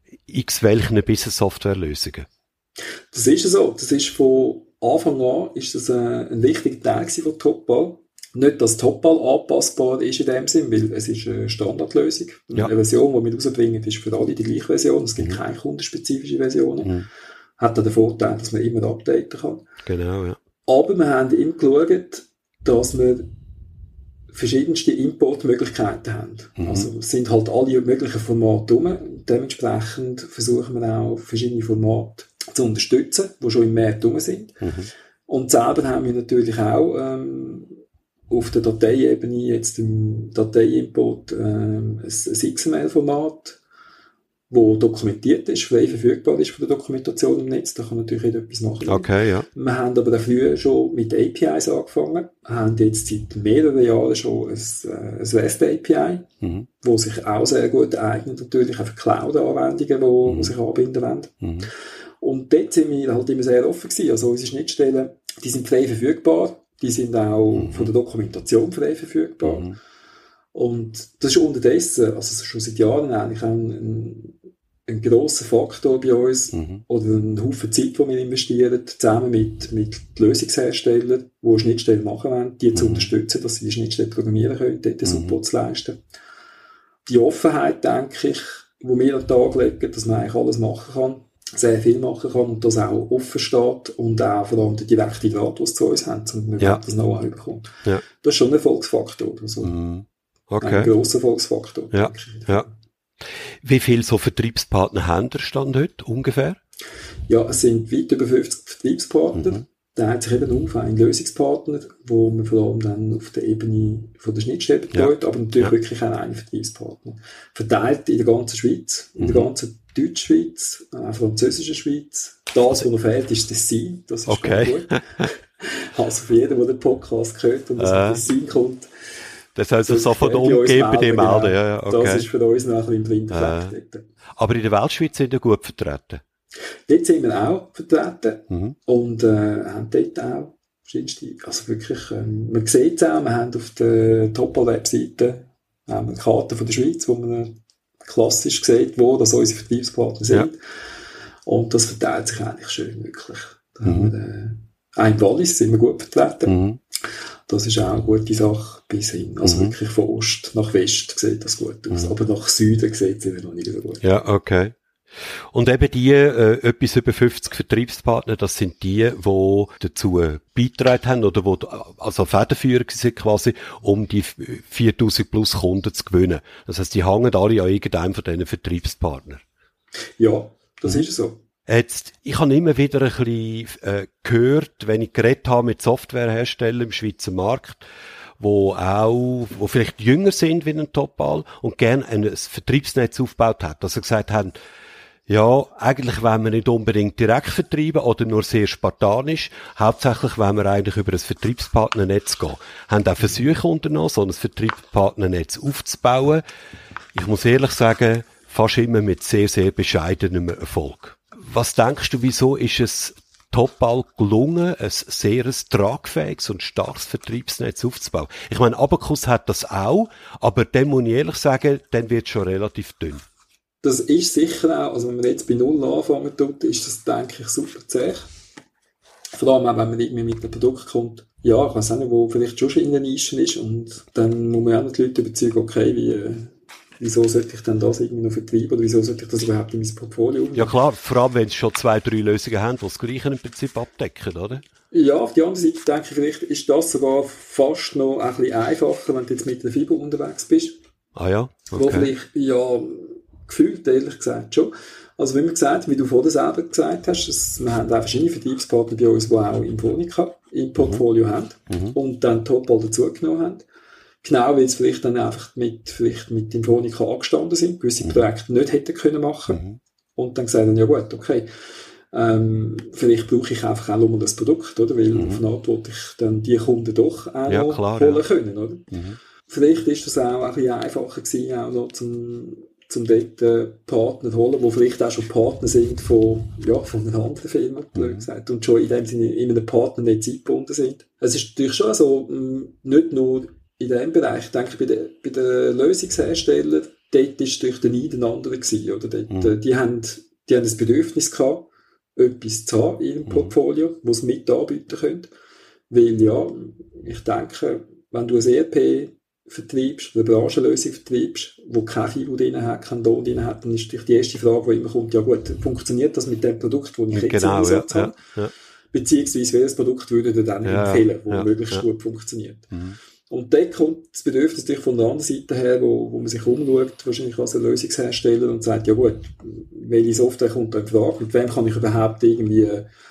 x welchen Business-Software-Lösungen. Das ist so, das ist von Anfang an ist das ein, ein wichtiger Teil von Topball. Nicht, dass Topball anpassbar ist in dem Sinn, weil es ist eine Standardlösung. Ja. Eine Version, die wir rausbringen, ist für alle die gleiche Version. Es gibt mhm. keine kundenspezifische Versionen. Mhm. Hat dann den Vorteil, dass man immer updaten kann. Genau, ja. Aber wir haben immer geschaut, dass wir verschiedenste Importmöglichkeiten haben. Mhm. Also es sind halt alle möglichen Formate rum. Dementsprechend versuchen wir auch verschiedene Formate zu unterstützen, die schon im Markt rum sind. Mhm. Und selber haben wir natürlich auch ähm, auf der Dateiebene jetzt im Dateiimport ähm, ein, ein X M L-Format, wo dokumentiert ist, frei verfügbar ist von der Dokumentation im Netz. Da kann natürlich jeder etwas machen. Okay, ja. Wir haben aber dafür schon mit A P Is angefangen, haben jetzt seit mehreren Jahren schon ein, ein REST-A P I, mhm. wo sich auch sehr gut eignet, natürlich auch für Cloud-Anwendungen, die mhm. sich anbinden wollen. Mhm. Und dort sind wir halt immer sehr offen gewesen. Also unsere Schnittstellen, die sind frei verfügbar, die sind auch mhm. von der Dokumentation frei verfügbar. Mhm. Und das ist unterdessen, also schon seit Jahren eigentlich auch ein, ein, ein grosser Faktor bei uns, mhm. oder ein Haufen Zeit, die wir investieren, zusammen mit, mit Lösungsherstellern, die Schnittstellen machen wollen, die mhm. zu unterstützen, dass sie die Schnittstellen programmieren können, dort den mhm. Support zu leisten. Die Offenheit, denke ich, die wir an den Tag legen, dass man eigentlich alles machen kann, sehr viel machen kann und das auch offen steht und auch vor allem der direkte Draht, was zu uns haben, und man ja. das Know-how bekommt. Ja. Das ist schon ein Erfolgsfaktor. Also mhm. okay. Ein grosser Erfolgsfaktor. Ja. Ja. Wie viele so Vertriebspartner haben ihr Stand heute, ungefähr? Ja, es sind weit über fünfzig Vertriebspartner. Mhm. Da hat sich eben auf einen Lösungspartner, wo man vor allem dann auf der Ebene von der Schnittstelle betreut, ja. aber natürlich ja. wirklich auch einen Vertriebspartner. Verteilt in der ganzen Schweiz, in mhm. der ganzen Deutschschweiz, äh, französischen Schweiz. Das, was noch fehlt, ist das Tessin. Das ist okay. gut. Also für jeden, der den Podcast hört und aus dem Tessin kommt. Das heißt, es sofort umgeben bei dem melden. Ja, ja, okay. Das ist für uns noch ein bisschen im Blindfleck. Äh. Aber in der Weltschweiz sind wir gut vertreten. Dort sind wir auch vertreten mhm. und äh, haben dort auch verschiedenste, also wirklich, ähm, man sieht es auch, wir haben auf der Topal-Webseite eine Karte von der Schweiz, wo man klassisch sieht, wo das unsere Vertriebspartner sind. Ja. Und das verteilt sich eigentlich schön, wirklich. Da mhm. haben wir, äh, ein Wallis sind wir gut vertreten. Mhm. Das ist auch eine gute Sache bis hin. Also mhm. wirklich von Ost nach West sieht das gut aus. Mhm. Aber nach Süden sieht es immer noch nicht so gut. Ja, okay. Und eben die, äh, etwas über fünfzig Vertriebspartner, das sind die, die dazu beigetragen haben oder wo, also Federführer sind quasi, um die viertausend plus Kunden zu gewinnen. Das heisst, die hängen alle an irgendeinem von diesen Vertriebspartnern. Ja, das mhm. ist so. Jetzt, ich habe immer wieder ein bisschen äh, gehört, wenn ich geredet habe mit Softwareherstellern im Schweizer Markt, wo auch, wo vielleicht jünger sind wie ein Topal und gerne ein Vertriebsnetz aufgebaut hat. Also gesagt haben, ja, eigentlich wollen wir nicht unbedingt direkt vertreiben oder nur sehr spartanisch. Hauptsächlich wollen wir eigentlich über ein Vertriebspartnernetz gehen. Haben auch Versuche unternommen, so ein Vertriebspartnernetz aufzubauen. Ich muss ehrlich sagen, fast immer mit sehr, sehr bescheidenem Erfolg. Was denkst du, wieso ist es Topal gelungen, ein sehr tragfähiges und starkes Vertriebsnetz aufzubauen? Ich meine, Abacus hat das auch, aber dann muss ich ehrlich sagen, dann wird es schon relativ dünn. Das ist sicher auch, also wenn man jetzt bei Null anfangen tut, ist das, denke ich, super zäh. Vor allem auch, wenn man irgendwie mit einem Produkt kommt, ja, ich weiss auch nicht, wo vielleicht schon in der Nische ist und dann muss man auch noch die Leute überzeugen, okay, wie, wieso sollte ich denn das irgendwie noch vertreiben oder wieso sollte ich das überhaupt in mein Portfolio umgehen? Ja klar, vor allem, wenn es schon zwei, drei Lösungen haben, die das Gleiche im Prinzip abdecken, oder? Ja, auf die andere Seite denke ich, vielleicht ist das sogar fast noch ein bisschen einfacher, wenn du jetzt mit einer Fiber unterwegs bist. Ah ja, okay. Wo vielleicht, ja, gefühlt, ehrlich gesagt, schon. Also, wie wir gesagt, wie du vorhin selber gesagt hast, dass wir haben auch verschiedene Vertriebspartner bei uns, die auch Infonica im Portfolio mhm. haben mhm. und dann Topal dazugenommen haben. Genau, weil sie vielleicht dann einfach mit, vielleicht mit Infonica angestanden sind, gewisse mhm. Projekte nicht hätten können machen mhm. und dann gesagt haben, ja gut, okay, ähm, vielleicht brauche ich einfach auch nur das Produkt, oder? Weil mhm. auf eine Art wollte ich dann die Kunden doch auch ja, noch klar, holen ja. können, oder? Mhm. Vielleicht ist das auch ein bisschen einfacher gewesen, auch noch zum zum dort äh, Partner zu holen, die vielleicht auch schon Partner sind von, ja, von einer anderen Firma, blöd gesagt, und schon in dem Sinne in einem Partnernetz eingebunden sind. Es ist natürlich schon so, mh, nicht nur in diesem Bereich, ich denke, bei den, bei den Lösungsherstellern, dort war durch den einen anderen gewesen, oder? Dort, mhm. äh, die haben, die haben ein Bedürfnis gehabt, etwas zu haben in ihrem mhm. Portfolio, das sie mit anbieten können. Weil, ja, ich denke, wenn du ein E R P vertreibst, oder eine Branchenlösung vertreibst, wo keine Fibo drin hat, keinen Lohn drin hat, dann ist die erste Frage, die immer kommt, ja gut, funktioniert das mit dem Produkt, das ich jetzt genau, im Einsatz ja, habe? Ja, ja. Beziehungsweise, welches Produkt würde ihr dann ja, empfehlen, das ja, möglichst ja. gut funktioniert? Mhm. Und dort kommt das Bedürfnis natürlich von der anderen Seite her, wo, wo man sich umschaut, wahrscheinlich als ein Lösungshersteller und sagt, ja gut, welche Software kommt da in Frage, mit wem kann ich überhaupt irgendwie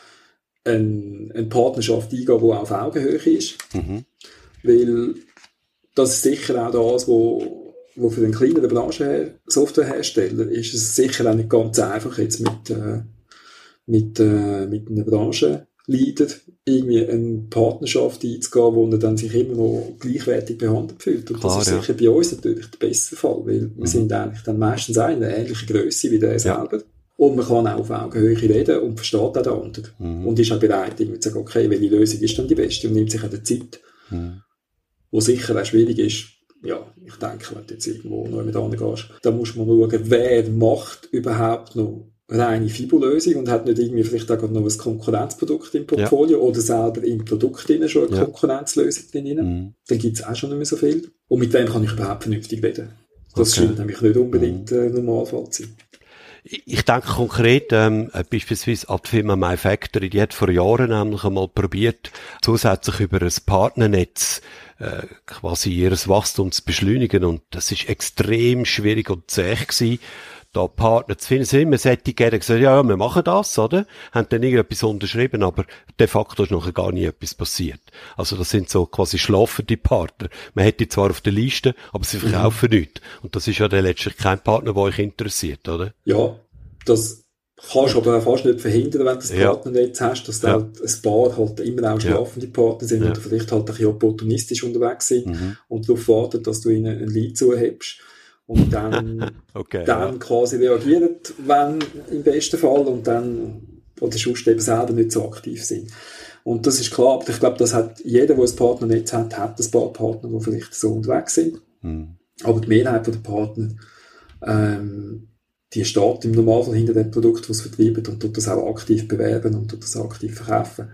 eine, eine Partnerschaft eingehen, die auf Augenhöhe ist? Mhm. Weil das ist sicher auch das, wo, wo für den kleineren Branchensoftwarehersteller ist es sicher auch nicht ganz einfach, jetzt mit, äh, mit, äh, mit einem Branchenleader irgendwie eine Partnerschaft einzugehen, wo er dann sich immer noch gleichwertig behandelt fühlt. Und Klar, das ist ja. sicher bei uns natürlich der bessere Fall, weil mhm. wir sind eigentlich dann meistens eine ähnliche Grösse wie der ja. selber. Und man kann auch auf Augenhöhe reden und versteht auch den anderen. Mhm. Und ist auch bereit, irgendwie zu sagen, okay, welche Lösung ist dann die beste? Und nimmt sich auch die Zeit, mhm. wo sicher auch schwierig ist. Ja, ich denke, wenn du jetzt irgendwo noch mit anderen gehst, dann muss man schauen, wer macht überhaupt noch reine Fibo-Lösung und hat nicht irgendwie vielleicht auch noch ein Konkurrenzprodukt im Portfolio ja. oder selber im Produkt drin schon eine ja. Konkurrenzlösung drin. Mhm. Dann gibt es auch schon nicht mehr so viel. Und mit wem kann ich überhaupt vernünftig reden? Das okay. scheint nämlich nicht unbedingt mhm. äh, Normalfall zu sein. Ich denke konkret, ähm, beispielsweise an die Firma MyFactory, die hat vor Jahren nämlich einmal probiert, zusätzlich über ein Partnernetz äh, quasi ihres Wachstum zu beschleunigen, und das ist extrem schwierig und zäh gewesen, da Partner zu finden. Es sind immer solche gegeben, gesagt, ja, ja, wir machen das, oder? Haben dann irgendetwas unterschrieben, aber de facto ist nachher gar nie etwas passiert. Also das sind so quasi schlafende Partner. Man hätte die zwar auf der Liste, aber sie verkaufen mhm. nichts. Und das ist ja dann letztlich kein Partner, der euch interessiert, oder? Ja, das kannst du aber auch fast nicht verhindern, wenn du das ja. Partnernetz hast, dass ja. halt ein paar halt immer auch schlafende ja. Partner sind ja. oder vielleicht halt ein bisschen opportunistisch unterwegs sind mhm. und darauf warten, dass du ihnen ein Lied zuhebst. Und dann, okay, dann ja. quasi reagiert, wenn, im besten Fall, und dann, oder sonst eben selber nicht so aktiv sind. Und das ist klar, aber ich glaube, das hat jeder, der ein Partnernetz hat, hat ein paar Partner, die vielleicht so unterwegs sind. Mhm. Aber die Mehrheit der Partner, ähm, die steht im Normalfall hinter dem Produkt, das es vertreibt, und tut das auch aktiv bewerben und tut das aktiv verkaufen.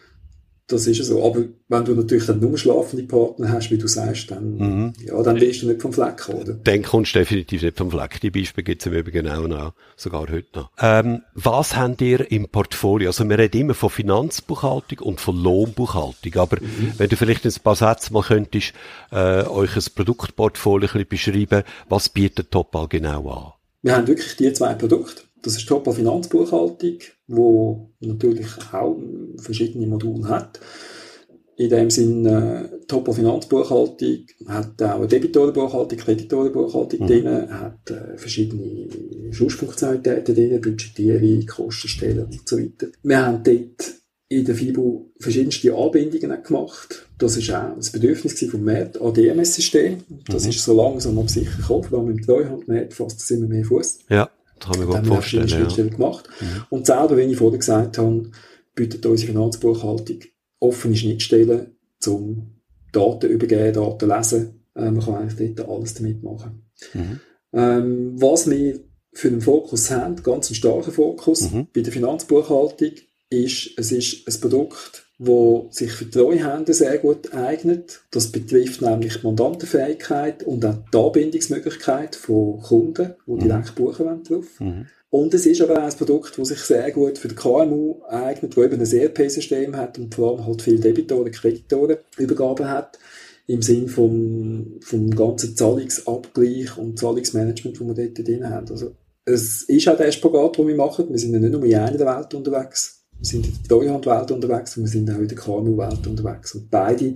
Das ist so. Aber wenn du natürlich dann nur schlafende Partner hast, wie du sagst, dann, mhm. ja, dann bist du nicht vom Fleck, oder? Dann kommst du definitiv nicht vom Fleck. Die Beispiele gibt es im Übrigen auch noch, sogar heute noch. Ähm, was habt ihr im Portfolio? Also, wir reden immer von Finanzbuchhaltung und von Lohnbuchhaltung. Aber mhm. wenn du vielleicht ein paar Sätze mal könntest, äh, euch ein Produktportfolio ein bisschen beschreiben, was bietet Topal genau an? Wir haben wirklich die zwei Produkte. Das ist Topal Finanzbuchhaltung, wo natürlich auch verschiedene Module hat. In dem Sinne, äh, Topal Finanzbuchhaltung hat auch eine Debitorenbuchhaltung, Kreditorenbuchhaltung mhm. drin, hat äh, verschiedene Schussfunktionalitäten drin, Budgetierung, Kostenstellen und so weiter. Wir haben dort in der Fibo verschiedenste Anbindungen gemacht. Das war auch das Bedürfnis vom Markt an D M S-System. Das mhm. ist so langsam aber sicher gekommen, vor allem im Treuhandmarkt fasst das immer mehr Fuß. Ja. Das kann man gut vorstellen. Das haben wir auch verschiedene gemacht. Mhm. Und selber, wie ich vorher gesagt habe, bietet unsere Finanzbuchhaltung offene Schnittstellen zum Daten übergeben, Daten lesen. Äh, man kann eigentlich dort alles damit machen. Mhm. Ähm, was wir für einen Fokus haben, ganz einen starken Fokus mhm. bei der Finanzbuchhaltung, ist, es ist ein Produkt, das sich für Treuhänder sehr gut eignet. Das betrifft nämlich die Mandantenfähigkeit und auch die Anbindungsmöglichkeit von Kunden, die mhm. direkt buchen wollen drauf. Mhm. Und es ist aber auch ein Produkt, das sich sehr gut für die K M U eignet, das eben ein E R P-System hat und vor allem halt viele Debitoren, Kreditoren Übergaben hat, im Sinn vom, vom ganzen Zahlungsabgleich und Zahlungsmanagement, das wir dort drin haben. Also, es ist auch der Spagat, den wir machen. Wir sind ja nicht nur in einer Welt unterwegs. Wir sind in der Treuhandwelt unterwegs und wir sind auch in der K M U-Welt unterwegs. Und beide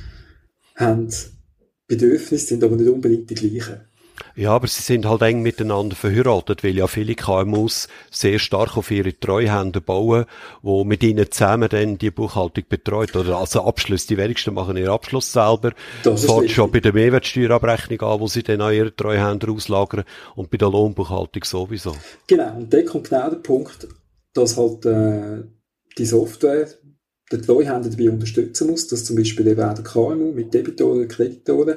haben Bedürfnisse, sind aber nicht unbedingt die gleichen. Ja, aber sie sind halt eng miteinander verheiratet, weil ja viele K M Us sehr stark auf ihre Treuhänder bauen, wo mit ihnen zusammen dann die Buchhaltung betreut. Oder also Abschluss, die wenigsten machen ihren Abschluss selber. Das fängt schon bei der Mehrwertsteuerabrechnung an, wo sie dann an ihre Treuhänder auslagern, und bei der Lohnbuchhaltung sowieso. Genau, und da kommt genau der Punkt, dass halt äh, die Software den Treuhänder dabei unterstützen muss, dass zum Beispiel eben auch der K M U mit Debitoren, Kreditoren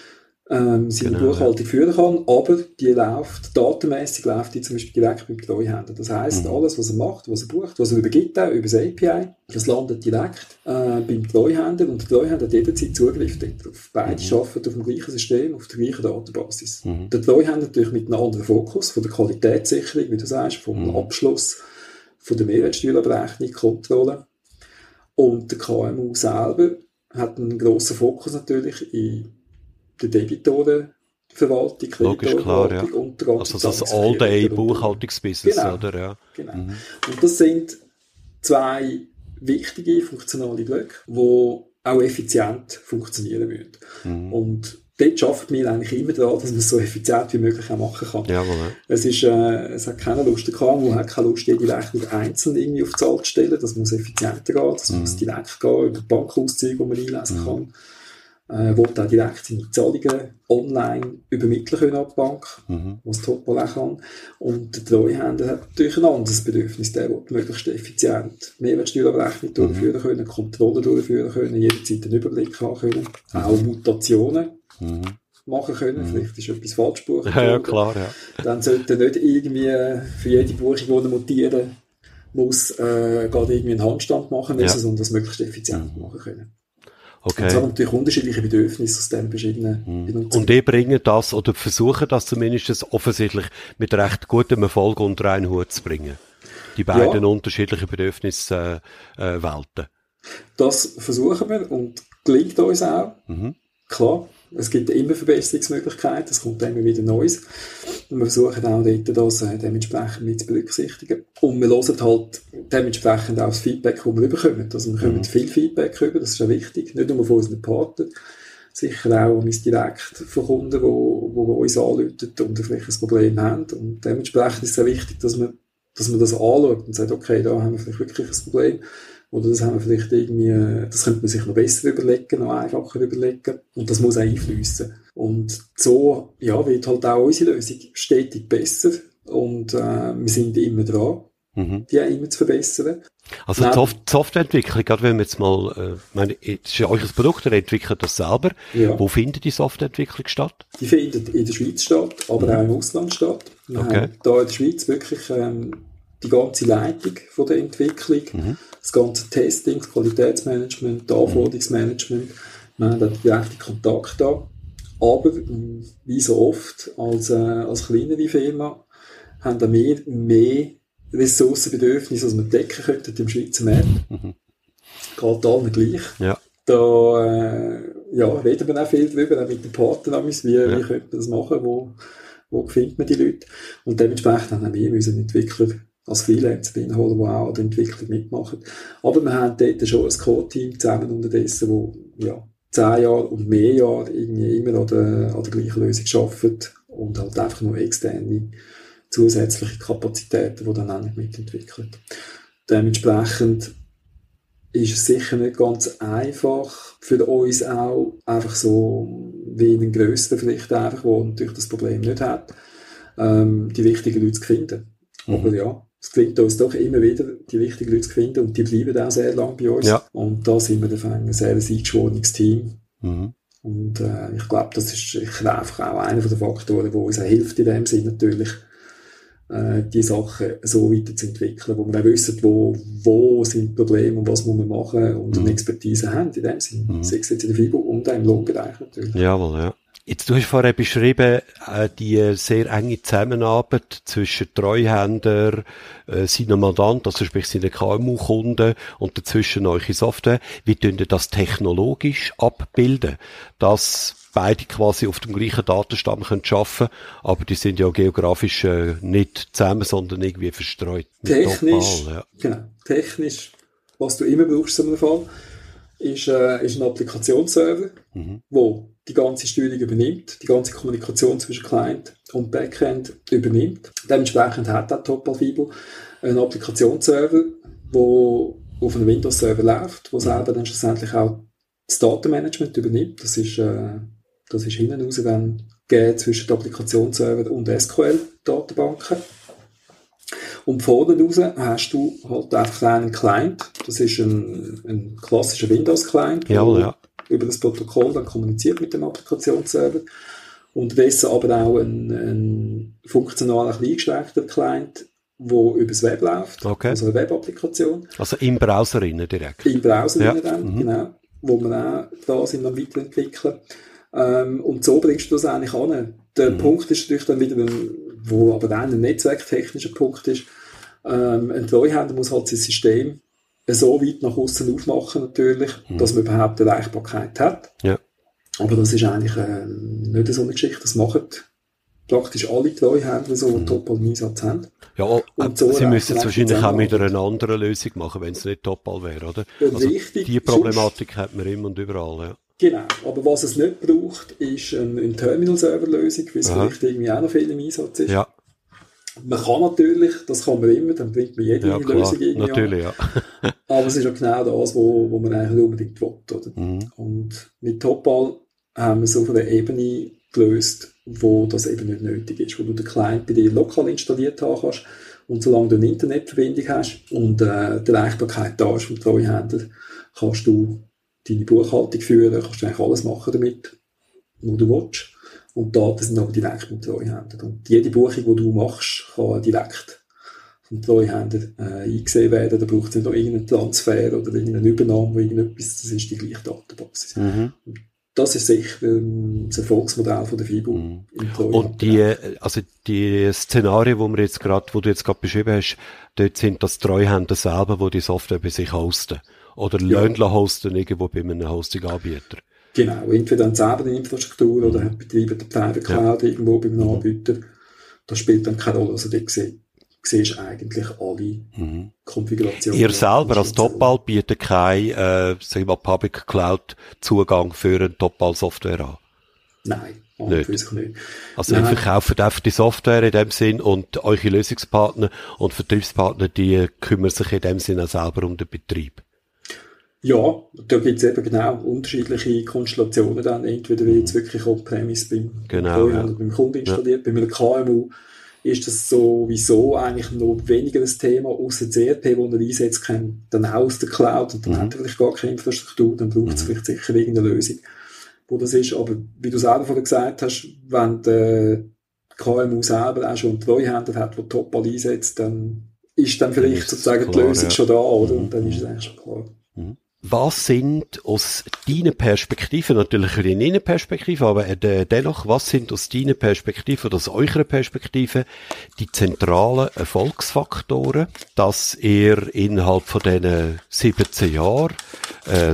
ähm, seine genau, Buchhaltung ja. führen kann, aber die läuft, datenmässig läuft die zum Beispiel direkt beim Treuhänder. Das heisst, mhm. alles, was er macht, was er bucht, was er übergibt, auch über das A P I, das landet direkt äh, beim Treuhänder, und der Treuhänder hat jederzeit Zugriff darauf. Beide mhm. arbeiten auf dem gleichen System, auf der gleichen Datenbasis. Mhm. Der Treuhänder natürlich mit einem anderen Fokus, von der Qualitätssicherung, wie du sagst, vom mhm. Abschluss, von der Mehrwertsteuerabrechnung, Kontrolle. Und der K M U selber hat einen grossen Fokus natürlich in der Debitorenverwaltung, Kreditorenverwaltung ja. und der ganzen Also das All-Day-Buchhaltungsbusiness, genau, oder? Ja. Genau. Mhm. Und das sind zwei wichtige, funktionale Blöcke, die auch effizient funktionieren müssen. Mhm. Und dort arbeiten wir eigentlich immer daran, dass man es so effizient wie möglich auch machen kann. Jawohl, ja. Es ist, äh, es hat keine Lust, der K M U hat keine Lust, jede Rechnung einzeln irgendwie auf die Zahl zu stellen. Das muss effizienter gehen, das mhm. muss direkt gehen, über die Bankauszüge, die man einlesen mhm. kann. äh, will auch direkt seine Zahlungen online übermitteln können an die Bank, Mhm. was Topol auch kann. Und der Treuhänder hat natürlich ein anderes Bedürfnis. Der will möglichst effizient Mehrwertsteuerabrechnung durchführen können, Kontrollen durchführen können, jederzeit einen Überblick haben können, auch Mutationen Mhm. machen können. Vielleicht ist etwas falsch gebucht Ja, ja, worden. klar, ja. Dann sollte er nicht irgendwie für jede Buchung, die er mutieren muss, äh, gerade irgendwie einen Handstand machen müssen, Ja. sondern das möglichst effizient machen können. Okay. Und es haben natürlich unterschiedliche Bedürfnisse aus den verschiedenen Mhm. Benutzern. Und die bringen das, oder versuchen das zumindest offensichtlich mit recht gutem Erfolg unter einen Hut zu bringen. Die beiden Ja. unterschiedlichen Bedürfniswelten. Äh, äh, Welten. Das versuchen wir und gelingt uns auch. Mhm. Klar, es gibt immer Verbesserungsmöglichkeiten, es kommt immer wieder Neues. Und wir versuchen auch dort, das äh, dementsprechend mit zu berücksichtigen. Und wir hören halt dementsprechend auch das Feedback, das wir bekommen. Also wir bekommen Mhm. viel Feedback über, das ist auch wichtig, nicht nur von unseren Partnern, sicher auch uns direkt von Kunden, die wo, wo uns anrufen und vielleicht ein Problem haben. Und dementsprechend ist es auch wichtig, dass man, dass man das anschaut und sagt, okay, da haben wir vielleicht wirklich ein Problem. Oder das haben wir vielleicht irgendwie, das könnte man sich noch besser überlegen, noch einfacher überlegen. Und das muss auch einfließen. Und so, ja, wird halt auch unsere Lösung stetig besser. Und, äh, wir sind immer dran, Mhm. die auch immer zu verbessern. Also Nein. die Soft Softwareentwicklung, gerade wenn wir jetzt mal, äh, meine, das ist ja euch ein Produkt, ihr entwickelt das selber. Ja. Wo findet die Softwareentwicklung statt? Die findet in der Schweiz statt, aber auch im Ausland statt. Wir Okay. haben da in der Schweiz wirklich ähm, die ganze Leitung von der Entwicklung, Mhm. das ganze Testing, das Qualitätsmanagement, das Anforderungsmanagement. Wir haben da direkte Kontakt da. Aber, ähm, wie so oft, als, äh, als kleinere Firma, haben da wir mehr Ressourcenbedürfnisse, als wir decken könnten im Schweizer Markt. Mhm. Geht allen gleich. Ja. Da äh, ja, reden wir auch viel drüber, auch mit den Partnern, wie, Ja. wie könnte man das machen, wo, wo findet man die Leute. Und dementsprechend haben wir unseren Entwickler als Freelancer reinholen, die auch an der Entwicklung mitmachen. Aber wir haben dort schon ein Core-Team zusammen unterdessen, wo ja, zehn Jahre und mehr Jahre irgendwie immer an der, an der gleichen Lösung arbeitet und halt einfach nur externe zusätzliche Kapazitäten, die dann auch nicht mitentwickeln. Dementsprechend ist es sicher nicht ganz einfach für uns auch, einfach so wie einen grösseren vielleicht einfach, der natürlich das Problem nicht hat, ähm, die richtigen Leute zu finden. Mhm. Aber ja, es gelingt uns doch immer wieder, die richtigen Leute zu finden und die bleiben auch sehr lange bei uns. Ja. Und da sind wir dann ein sehr eingeschworenes Team. Mhm. Und äh, ich glaube, das ist sicher einfach auch einer der Faktoren, der uns auch hilft in dem Sinn natürlich, äh, die Sachen so weiterzuentwickeln, wo wir auch wissen, wo, wo sind die Probleme und was muss man machen und Mhm. eine Expertise haben in dem Sinn. Mhm. Sei es jetzt in der Fibo und auch im Lohnbereich natürlich. Jawohl, ja. Jetzt, du hast vorher beschrieben, äh, die sehr enge Zusammenarbeit zwischen Treuhänder, äh, seinen Mandanten, also sprich seinen K M U-Kunden und dazwischen eure Software. Wie tun ihr das technologisch abbilden, dass beide quasi auf dem gleichen Datenstamm können arbeiten, aber die sind ja geografisch äh, nicht zusammen, sondern irgendwie verstreut. Technisch, Global, ja. genau, technisch, was du immer brauchst in so einem Fall, ist, äh, ist ein Applikationsserver, Mhm. wo die ganze Steuerung übernimmt, die ganze Kommunikation zwischen Client und Backend übernimmt. Dementsprechend hat auch Topol Fibo einen Applikationsserver, der auf einem Windows-Server läuft, wo selber dann schlussendlich auch das Datenmanagement übernimmt. Das ist, äh, das ist hinten raus dann gegeben zwischen dem Applikationsserver und S Q L-Datenbanken. Und vorne raus hast du halt einfach einen Client. Das ist ein, ein klassischer Windows-Client, Jawohl, der ja. über das Protokoll dann kommuniziert mit dem Applikationsserver. Unterdessen aber auch ein, ein funktionaler, eingeschränkter Client, der über das Web läuft. Okay. Also eine Web-Applikation. Also im Browser innen direkt. Im Browser Ja. dann, Mhm. genau. Wo wir auch da sind am weiterentwickeln. Ähm, und so bringst du das eigentlich an. Der Mhm. Punkt ist natürlich dann wieder ein, wo aber dann ein netzwerktechnischer Punkt ist. Ähm, ein Treuhänder muss halt sein System so weit nach außen aufmachen natürlich, Mhm. dass man überhaupt eine Erreichbarkeit hat. Ja. Aber das ist eigentlich äh, nicht so eine Geschichte. Das machen praktisch alle Treuhänder, so Mhm. einen Topol im Einsatz haben. Ja, oh, Und so sie müssen es erreicht wahrscheinlich man auch mit Zusammenarbeit. einer anderen Lösung machen, wenn es nicht Topal wäre, oder? Also Richtig. die Problematik hat man immer und überall, ja. Genau, aber was es nicht braucht, ist eine, eine Terminal-Server-Lösung, wie es Aha. vielleicht irgendwie auch noch viel im Einsatz ist. Ja, Man kann natürlich, das kann man immer, dann bringt man jede ja klar, Lösung irgendwie natürlich, ja. an. Aber es ist ja genau das, wo, wo man eigentlich unbedingt will. Oder? Mhm. Und mit Topal haben wir es auf einer Ebene gelöst, wo das eben nicht nötig ist, wo du den Client bei dir lokal installiert haben kannst und solange du eine Internetverbindung hast und äh, die Erreichbarkeit da ist vom Treuhänder, kannst du deine Buchhaltung führen, kannst du eigentlich alles machen damit, was du willst. Und die Daten sind aber direkt beim Treuhänder. Und jede Buchung, die du machst, kann direkt vom Treuhänder äh, eingesehen werden. Da braucht es nicht noch irgendeinen Transfer oder irgendeine Übernahme, irgendetwas, das ist die gleiche Datenbasis. Mhm. Das ist sicher ähm, das Erfolgsmodell von der FIBO. Mhm. Und die, also die Szenarien, wo wir jetzt gerade, wo du jetzt gerade beschrieben hast, dort sind das Treuhänder selber, die die Software bei sich hosten. Oder ja. Löhnler hosten irgendwo bei einem Hosting-Anbieter. Genau, entweder haben sie selber eine Infrastruktur oder haben betreiben die Private Cloud ja. irgendwo bei einem Anbieter. Das spielt dann keine Rolle. Also dort siehst du eigentlich alle mhm. Konfigurationen. Ihr selber als Topball bietet keinen äh, sag ich mal, Public Cloud Zugang für eine Topball Software an? Nein, nicht. nicht. Also ihr verkauft einfach die Software in dem Sinn und eure Lösungspartner und Vertriebspartner, die kümmern sich in dem Sinn auch selber um den Betrieb? Ja, da gibt es eben genau unterschiedliche Konstellationen dann. Entweder wird es wirklich on-premise beim, genau, ja. beim Kunden installiert. Ja. Bei einem K M U ist das sowieso eigentlich noch weniger ein Thema, außer C R P, das er einsetzt, kann dann auch aus der Cloud und dann mhm. hat er vielleicht gar keine Infrastruktur, dann braucht es mhm. vielleicht sicher irgendeine Lösung, wo das ist. Aber wie du selber vorhin gesagt hast, wenn der K M U selber auch schon einen Treuhänder hat, der Topball einsetzt, dann ist dann vielleicht sozusagen klar, die Lösung ja. schon da, oder? Und dann ist es eigentlich schon klar. Mhm. Was sind aus deiner Perspektive, natürlich eine Innenperspektive, aber dennoch, was sind aus deiner Perspektive oder aus eurer Perspektive die zentralen Erfolgsfaktoren, dass ihr innerhalb von diesen siebzehn Jahren eine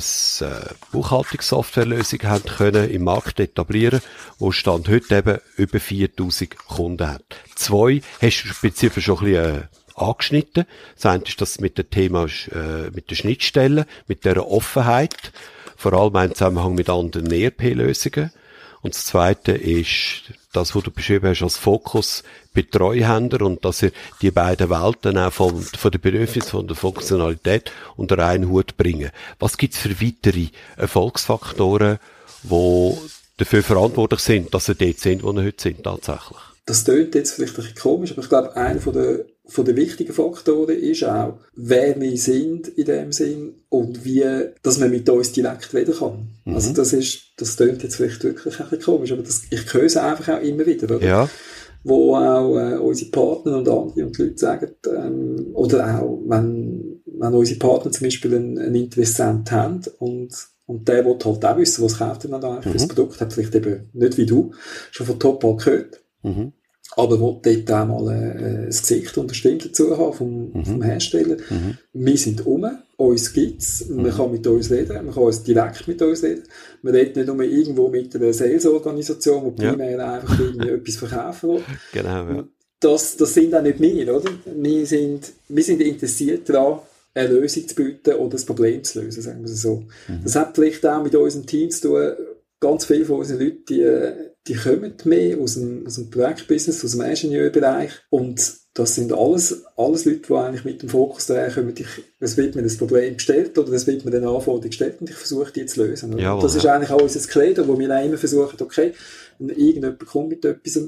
Buchhaltungssoftwarelösung habt können im Markt etablieren, wo Stand heute eben über viertausend Kunden hat? Zwei, hast du spezifisch schon ein bisschen angeschnitten. Das eine ist das mit dem Thema, äh, mit der Schnittstelle, mit der Offenheit, vor allem im Zusammenhang mit anderen E R P-Lösungen. Und das zweite ist das, was du beschrieben hast als Fokus bei Treuhändern und dass ihr die beiden Welten auch von, von der Bedürfnis, von der Funktionalität unter einen Hut bringen. Was gibt's für weitere Erfolgsfaktoren, die dafür verantwortlich sind, dass ihr dort sind, wo ihr heute sind, tatsächlich? Das klingt jetzt vielleicht ein bisschen komisch, aber ich glaube, einer von der von den wichtigen Faktoren ist auch, wer wir sind in dem Sinn und wie, dass man mit uns direkt reden kann. Mhm. Also das ist, das klingt jetzt vielleicht wirklich ein bisschen komisch, aber das, ich höre es einfach auch immer wieder, oder? Ja. Wo auch äh, unsere Partner und andere und die Leute sagen, ähm, oder auch, wenn, wenn unsere Partner zum Beispiel einen, einen Interessent haben und und der will halt auch wissen, was kauft er dann eigentlich mhm. für das Produkt, hat vielleicht eben nicht wie du schon von Topball gehört. Mhm. Aber will dort auch mal äh, das Gesicht und eine Stimme dazu haben vom, mhm. vom Hersteller. Mhm. Wir sind um, uns gibt's, mhm. man kann mit uns reden, man kann uns direkt mit uns reden. Man redet nicht nur irgendwo mit einer Sales-Organisation, die primär ja. einfach irgendwie etwas verkaufen will. Genau, ja. Das, das sind auch nicht wir, oder? Wir sind, wir sind interessiert daran, eine Lösung zu bieten oder das Problem zu lösen, sagen wir es so. Mhm. Das hat vielleicht auch mit unserem Team zu tun. Ganz viele von unseren Leuten, die, die kommen mehr aus dem, aus dem Projektbusiness, aus dem Ingenieurbereich. Und das sind alles, alles Leute, die eigentlich mit dem Fokus daher kommen, ich, es wird mir das Problem gestellt oder es wird mir eine Anforderung gestellt und ich versuche, die zu lösen. Jawohl, das ist ja. eigentlich auch unser Credo, wo wir auch immer versuchen, okay, wenn irgendjemand kommt mit etwas,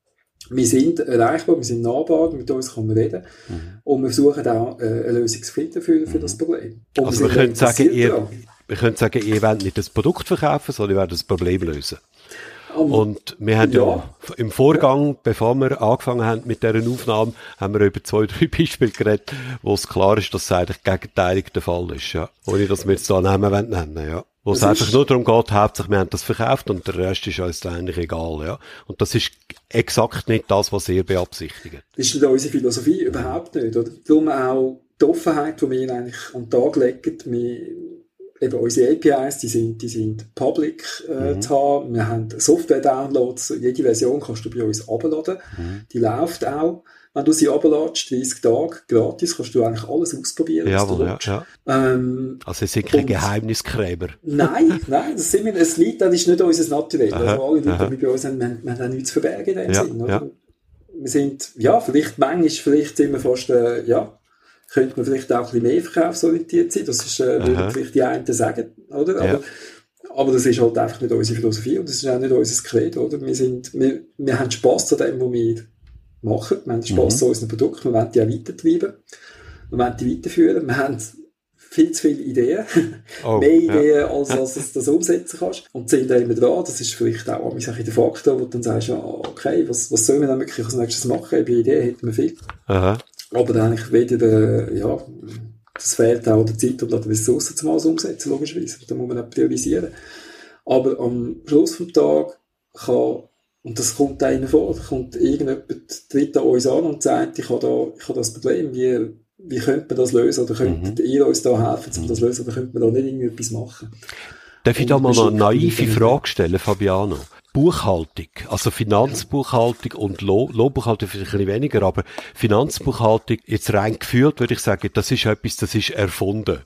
wir sind erreichbar, wir sind nahbar, mit uns kann man reden. Mhm. Und wir versuchen auch äh, eine Lösung zu finden für, für das Problem. Und also wir, wir können sagen, ihr, wir können sagen, ihr wollt nicht das Produkt verkaufen, sondern ihr wollt das Problem lösen. Um, und wir haben ja, ja im Vorgang, ja. bevor wir angefangen haben mit dieser Aufnahme, haben wir über zwei, drei Beispiele geredet, wo es klar ist, dass es eigentlich gegenteilig der Fall ist, ja. Ohne dass wir jetzt da Namen nennen wollen, ja. Wo das es einfach nur darum geht, hauptsächlich, wir haben das verkauft und der Rest ist uns eigentlich egal, ja. Und das ist exakt nicht das, was ihr beabsichtigt. Das ist nicht unsere Philosophie, überhaupt nicht, oder? Darum auch die Offenheit, die wir eigentlich an den Tag legen, wir, eben unsere A P Is, die sind, die sind public äh, mhm. zu haben. Wir haben Software-Downloads. Jede Version kannst du bei uns runterladen. Mhm. Die läuft auch. Wenn du sie runterlädst, dreißig Tage gratis, kannst du eigentlich alles ausprobieren. Jawohl, ja, ja. Ähm, also es sind keine Geheimniskrämer. Nein, nein, das sind wir, das Lied, das ist nicht unser Naturell. Also alle Leute, die bei uns sind, wir, wir haben nichts zu verbergen in dem ja, Sinn. Oder? Ja. Wir sind, ja, vielleicht manchmal, vielleicht sind wir fast, äh, ja, könnte man vielleicht auch ein bisschen mehr verkaufsorientiert sein. Das ist, äh, würden vielleicht die einen sagen, oder? Ja. Aber, Aber das ist halt einfach nicht unsere Philosophie und das ist auch nicht unser Credo, oder? Wir sind, wir, wir haben Spass an dem, was wir machen. Wir haben Spass mhm. an unseren Produkten. Wir wollen die auch weitertreiben. Wir wollen die weiterführen. Wir haben viel zu viele Ideen. Oh, mehr Ideen, ja. als, als du das umsetzen kannst. Und sind da immer dran. Das ist vielleicht auch ein der Faktor, wo du dann sagst, okay, was, was sollen wir dann wirklich als nächstes machen? Bei Ideen hätten wir viel. Aha. Aber dann eigentlich weder, ja, das fehlt auch der Zeit und der Ressourcen zum alles umsetzen, logischerweise. Da muss man auch priorisieren. Aber am Schluss vom Tag kann, und das kommt einem vor, da kommt irgendjemand, tritt an uns an und sagt, ich habe da, ich habe das Problem, wie, wie könnte man das lösen, oder könntet mhm. ihr uns da helfen, um das zu lösen, oder könnte man da nicht irgendwie etwas machen? Darf ich da mal eine naive Frage stellen, Fabiano? Buchhaltung, also Finanzbuchhaltung und Lohn, Lohnbuchhaltung vielleicht ein bisschen weniger, aber Finanzbuchhaltung, jetzt rein gefühlt, würde ich sagen, das ist etwas, das ist erfunden.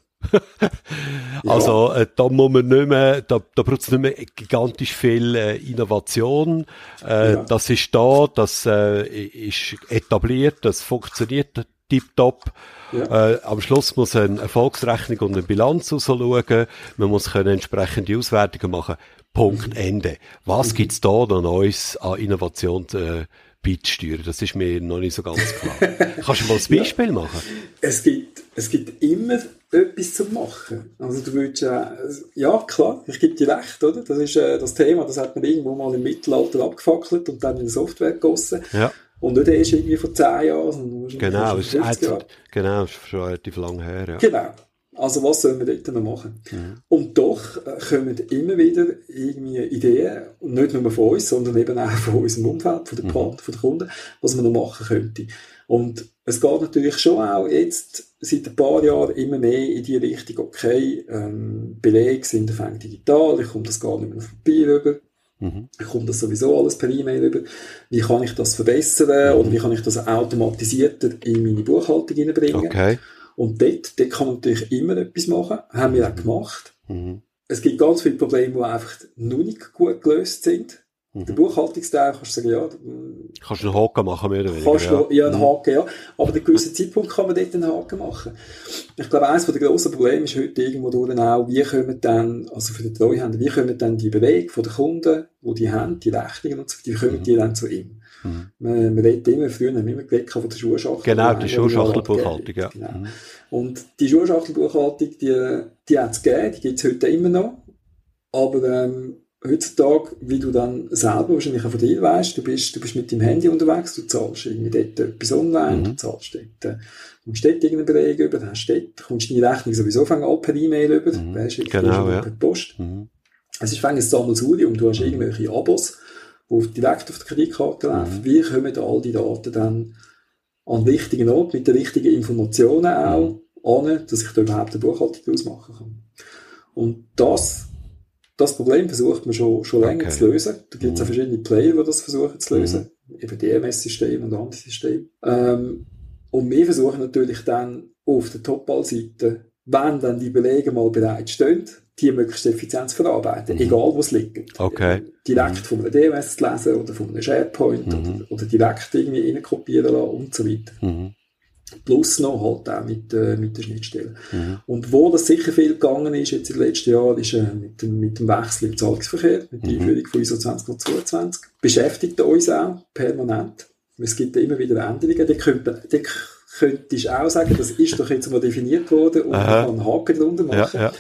Also, ja. äh, da muss man nicht mehr, da, da braucht es nicht mehr gigantisch viel äh, Innovation. Äh, ja. Das ist da, das äh, ist etabliert, das funktioniert tipptopp. Ja. Äh, am Schluss muss eine Erfolgsrechnung und eine Bilanz rausschauen. Man muss können entsprechende Auswertungen machen. Punkt, mhm. Ende. Was mhm. gibt's da noch Neues an Innovation äh, beizusteuern? Das ist mir noch nicht so ganz klar. Kannst du mal ein Beispiel ja. machen? Es gibt, es gibt immer etwas zu machen. Also du willst, äh, ja klar, ich gebe dir recht, oder? Das ist äh, das Thema, das hat man irgendwo mal im Mittelalter abgefackelt und dann in Software gegossen. Ja. Und nicht erst irgendwie vor zehn Jahren. Genau, ist jetzt, genau, ist schon relativ lang her. Ja. Genau. Also was sollen wir dort noch machen? Mhm. Und doch äh, kommen immer wieder irgendwie Ideen, und nicht nur von uns, sondern eben auch von unserem Umfeld, von den Partnern, mhm. von den Kunden, was man noch machen könnte. Und es geht natürlich schon auch jetzt seit ein paar Jahren immer mehr in die Richtung, okay, ähm, Belege sind anfangen digital, ich komme das gar nicht mehr auf Papier rüber. Mhm. Ich komme das sowieso alles per E-Mail über. Wie kann ich das verbessern, mhm. oder wie kann ich das automatisierter in meine Buchhaltung hineinbringen? Okay. Und dort, dort kann man natürlich immer etwas machen. Haben wir auch gemacht. Mhm. Es gibt ganz viele Probleme, die einfach noch nicht gut gelöst sind. Mhm. Der Buchhaltungsteil kannst du sagen, ja. Kannst du einen Haken machen, mehr oder weniger? Kannst du, ja, einen Haken, ja. Aber an einem gewissen Zeitpunkt kann man dort einen Haken machen. Ich glaube, eines der grossen Probleme ist heute irgendwo durch auch, wie kommen dann, also für die Treuhänder, wie kommen dann die Belege von den Kunden, die die haben, die Rechnungen und so, wie kommen mhm. die dann zu ihm? Mhm. Man, man redet immer, früher haben wir immer geredet von der Schuhschachtel. Genau, die Schuhschachtelbuchhaltung, ja. Genau. Mhm. Und die Schuhschachtelbuchhaltung, die, die hat es gegeben, die gibt es heute immer noch. Aber, ähm, heutzutage, wie du dann selber wahrscheinlich auch von dir weißt, du bist, du bist mit deinem Handy unterwegs, du zahlst irgendwie dort etwas online, mhm. du zahlst dort, äh, kommst dort irgendeinen Beleg über, dann hast du dort, kommst deine Rechnung sowieso fangen an per E-Mail über, mhm. weißt du, genau, ja. per Post. Mhm. Es ist fängt ein Sammelsurium, du hast mhm. irgendwelche Abos, die direkt auf der Kreditkarte laufen. Mhm. Wie kommen all die Daten dann an den richtigen Ort, mit den richtigen Informationen auch, mhm. an, dass ich da überhaupt eine Buchhaltung daraus machen kann. Und das Das Problem versucht man schon, schon länger okay. zu lösen. Da gibt es mhm. auch verschiedene Player, die das versuchen zu lösen. Mhm. Eben D M S-Systeme und andere Systeme. Ähm, und wir versuchen natürlich dann auf der Topball-Seite, wenn dann die Belege mal bereitstehen, die möglichst effizient zu verarbeiten, mhm. egal wo es liegt. Okay. Direkt mhm. von einem D M S zu lesen oder von einem SharePoint mhm. oder, oder direkt irgendwie reinkopieren lassen und so weiter. Mhm. Plus noch halt auch mit, äh, mit der Schnittstelle. Mhm. Und wo das sicher viel gegangen ist, jetzt in den letzten Jahren, ist äh, mit, dem, mit dem Wechsel im Zahlungsverkehr, mit der mhm. Einführung von I S O zwanzig null zweiundzwanzig. Beschäftigt uns auch permanent. Es gibt immer wieder Änderungen. Die könnte, die könntest du auch sagen, das ist doch jetzt mal definiert worden und Aha. man kann einen Haken drunter machen. Ja, ja.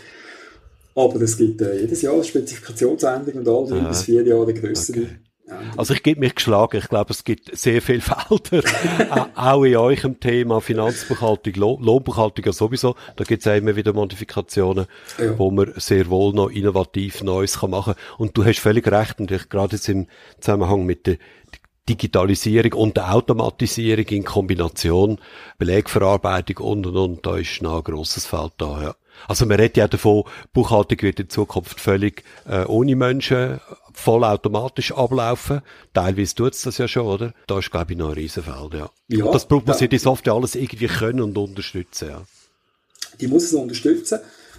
Aber es gibt äh, jedes Jahr eine Spezifikationsänderung und alle drei bis vier Jahre grössere. Okay. Also ich gebe mich geschlagen, ich glaube, es gibt sehr viele Felder, auch in eurem Thema Finanzbuchhaltung, Lohnbuchhaltung ja sowieso, da gibt es auch immer wieder Modifikationen, ja. wo man sehr wohl noch innovativ Neues kann machen kann. Und du hast völlig recht, und ich gerade jetzt im Zusammenhang mit der Digitalisierung und der Automatisierung in Kombination, Belegverarbeitung und und und, da ist noch ein grosses Feld da, ja. Also man redet ja davon, Buchhaltung wird in Zukunft völlig äh, ohne Menschen vollautomatisch ablaufen. Teilweise tut es das ja schon, oder? Da ist, glaube ich, noch ein Riesenfeld, ja. ja und das braucht man ja die Software alles irgendwie können und unterstützen, ja. Die muss es unterstützen.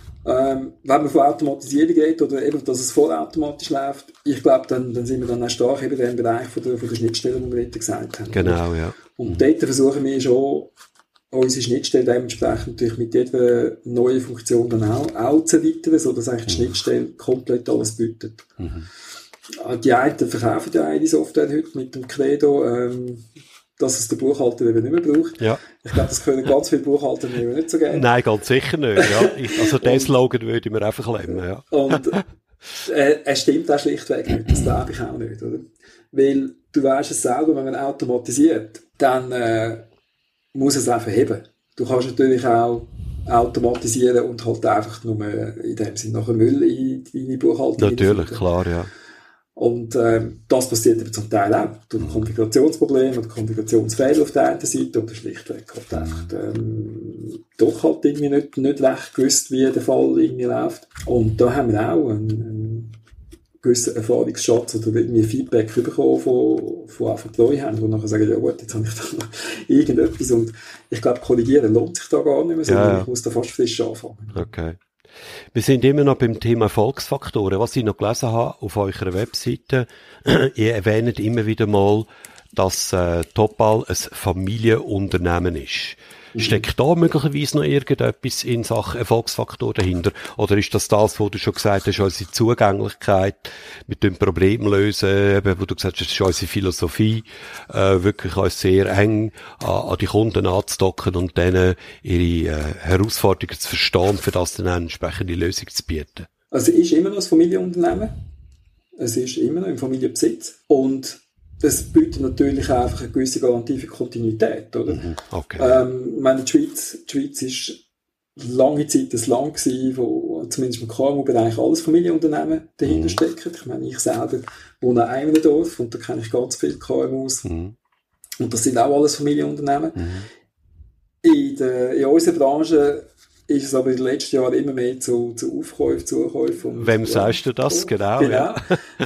Ähm, wenn man von Automatisierung redet oder eben, dass es vollautomatisch läuft, ich glaube, dann, dann sind wir dann auch stark eben in dem Bereich von der, von der Schnittstelle, die wir heute gesagt haben. Genau, ja. Und mhm. dort versuchen wir schon, unsere Schnittstelle dementsprechend natürlich mit jeder neuen Funktion dann auch, auch zu erweitern, sodass eigentlich die Schnittstelle komplett alles bietet. Mhm. Die einen verkaufen ja eine Software heute mit dem Credo, ähm, dass es der Buchhalter eben nicht mehr braucht. Ja. Ich glaube, das können ganz viele Buchhalter nicht so gerne. Nein, ganz sicher nicht. Ja. Ich, also den Slogan würde ich mir einfach klemmen. Ja. Und äh, es stimmt auch schlichtweg nicht. Das glaube ich auch nicht. Oder? Weil du weißt es selber, wenn man automatisiert, dann äh, muss es einfach heben. Du kannst natürlich auch automatisieren und halt einfach nur in dem Sinne nachher Müll in deine Buchhaltung. Natürlich, klar, ja. Und ähm, das passiert aber zum Teil auch durch Konfigurationsprobleme oder Konfigurationsfehler auf der einen Seite oder schlichtweg halt echt, ähm, doch halt irgendwie nicht, nicht recht gewusst, wie der Fall irgendwie läuft. Und da haben wir auch einen, einen gewissen Erfahrungsschatz oder irgendwie Feedback bekommen von, von einfach Treuhändern, die nachher sagen, ja gut, jetzt habe ich da noch irgendetwas und ich glaube, korrigieren lohnt sich da gar nicht mehr, sondern ja, ja. ich muss da fast frisch anfangen. Okay. Wir sind immer noch beim Thema Erfolgsfaktoren. Was ich noch gelesen habe auf eurer Webseite, ihr erwähnt immer wieder mal, dass äh, Topal ein Familienunternehmen ist. Mhm. Steckt da möglicherweise noch irgendetwas in Sachen Erfolgsfaktor dahinter? Oder ist das das, wo du schon gesagt hast, unsere Zugänglichkeit mit dem Problem lösen, eben, wo du gesagt hast, das ist unsere Philosophie, äh, wirklich uns sehr eng an, an die Kunden anzudocken und denen ihre äh, Herausforderungen zu verstehen, für das dann eine entsprechende Lösung zu bieten? Also es ist immer noch ein Familienunternehmen. Es ist immer noch im Familienbesitz. Und das bietet natürlich einfach eine gewisse Garantie für Kontinuität, oder? Okay. Ähm, ich meine, die Schweiz, die Schweiz ist lange Zeit ein Land gewesen, wo zumindest im K M U-Bereich alles Familienunternehmen dahinter mhm. stecken. Ich meine, ich selber wohne in einem Dorf und da kenne ich ganz viele K M Us. Mhm. Und das sind auch alles Familienunternehmen. Mhm. In, der, in unserer Branche ist es aber in den letzten Jahren immer mehr zu, zu Aufkäufen, Zukäufen. Wem ja, sagst du das? Genau. Genau. Ja.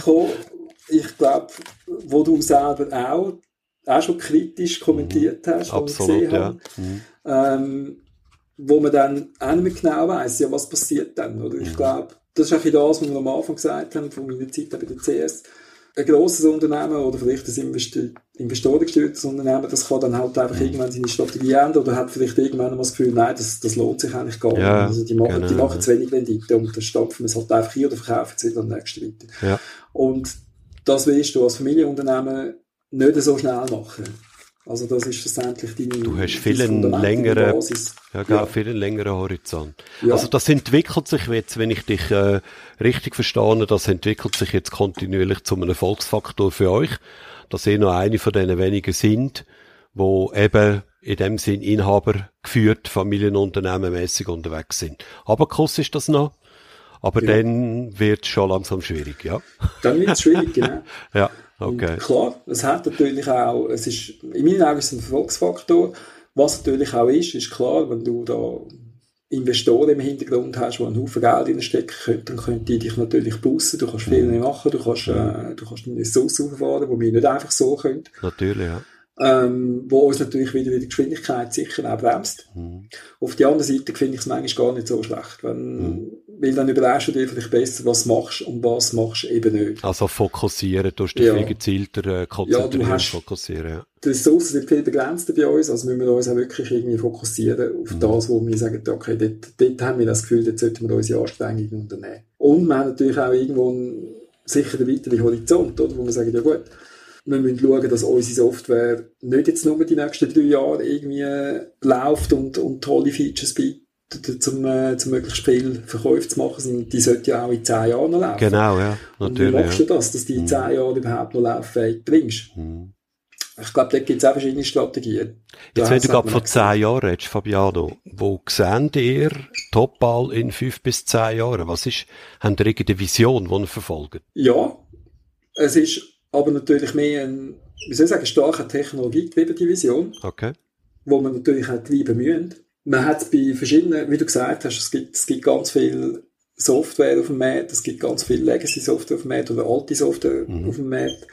Ich glaube, wo du selber auch, auch schon kritisch kommentiert hast, mhm. Absolut, gesehen ja. Mhm. Ähm, wo man dann auch nicht mehr genau weiss, ja, was passiert dann, oder? Mhm. Ich glaube, das ist auch das, was wir am Anfang gesagt haben, von meiner Zeit bei der C S. Ein grosses Unternehmen oder vielleicht ein Investi- investorengesteuertes Unternehmen, das kann dann halt einfach mhm. irgendwann seine Strategie ändern oder hat vielleicht irgendwann mal das Gefühl, nein, das, das lohnt sich eigentlich gar nicht. Ja, also die machen, genau. die machen zu wenig Rendite und dann stopfen wir es halt einfach hier oder verkaufen es wieder am nächsten weiter. Ja. Und das willst du als Familienunternehmen nicht so schnell machen. Also das ist schlussendlich deine Du hast viel längeren, ja, ja. viel längeren Horizont. Ja. Also das entwickelt sich jetzt, wenn ich dich äh, richtig verstehe, das entwickelt sich jetzt kontinuierlich zu einem Erfolgsfaktor für euch, dass ihr noch eine von den wenigen sind, wo eben in dem Sinn Inhaber geführt, Familienunternehmenmässig unterwegs sind. Aber kurz ist das noch. Aber ja. dann wird es schon langsam schwierig, ja? Dann wird es schwierig, genau. Ja, okay. Und klar, es hat natürlich auch, es ist, in meinen Augen ist es ein Erfolgsfaktor. Was natürlich auch ist, ist klar, wenn du da Investoren im Hintergrund hast, die einen Haufen Geld reinstecken können, dann können die dich natürlich boosten, du kannst viel mehr machen, du kannst, äh, du kannst eine Ressource auffahren, die wir nicht einfach so können. Natürlich, ja. Ähm, wo uns natürlich wieder, wieder die Geschwindigkeit sicher auch bremst. Mhm. Auf der anderen Seite finde ich es manchmal gar nicht so schlecht, wenn, mhm. weil dann überlegst du dir vielleicht besser, was machst und was machst eben nicht. Also fokussieren, du hast dich ja. viel gezielter äh, konzentrieren, ja, du hast, fokussieren. Ja. Die Ressourcen sind viel begrenzter bei uns, also müssen wir uns auch wirklich irgendwie fokussieren auf mhm. das, wo wir sagen, okay, dort, dort haben wir das Gefühl, dort sollten wir unsere Anstrengungen unternehmen. Und wir haben natürlich auch irgendwo einen sicher einen weiteren Horizont, oder, wo wir sagen, ja gut, wir müssen schauen, dass unsere Software nicht jetzt nur die nächsten drei Jahre irgendwie läuft und, und tolle Features bietet, um, äh, zum möglichst viel Verkäufe zu machen, sondern die sollte ja auch in zehn Jahren noch laufen. Genau, ja, natürlich. Und wie machst du ja. das, dass du die in zehn Jahren überhaupt noch lauffähig bringst? Mhm. Ich glaube, da gibt es auch verschiedene Strategien. Jetzt, wenn du gerade von zehn Jahren redest, Fabiano, wo seht ihr Topal in fünf bis zehn Jahren? Was ist, habt ihr irgendeine Vision, die ihr verfolgt? Ja, es ist aber natürlich mehr ein, wie soll ich sagen, starke technologiegetriebene Vision, okay. wo man natürlich auch treiben müssen. Man hat es bei verschiedenen, wie du gesagt hast, es gibt, es gibt ganz viel Software auf dem Markt, es gibt ganz viel Legacy-Software auf dem Markt oder alte Software mhm. auf dem Markt,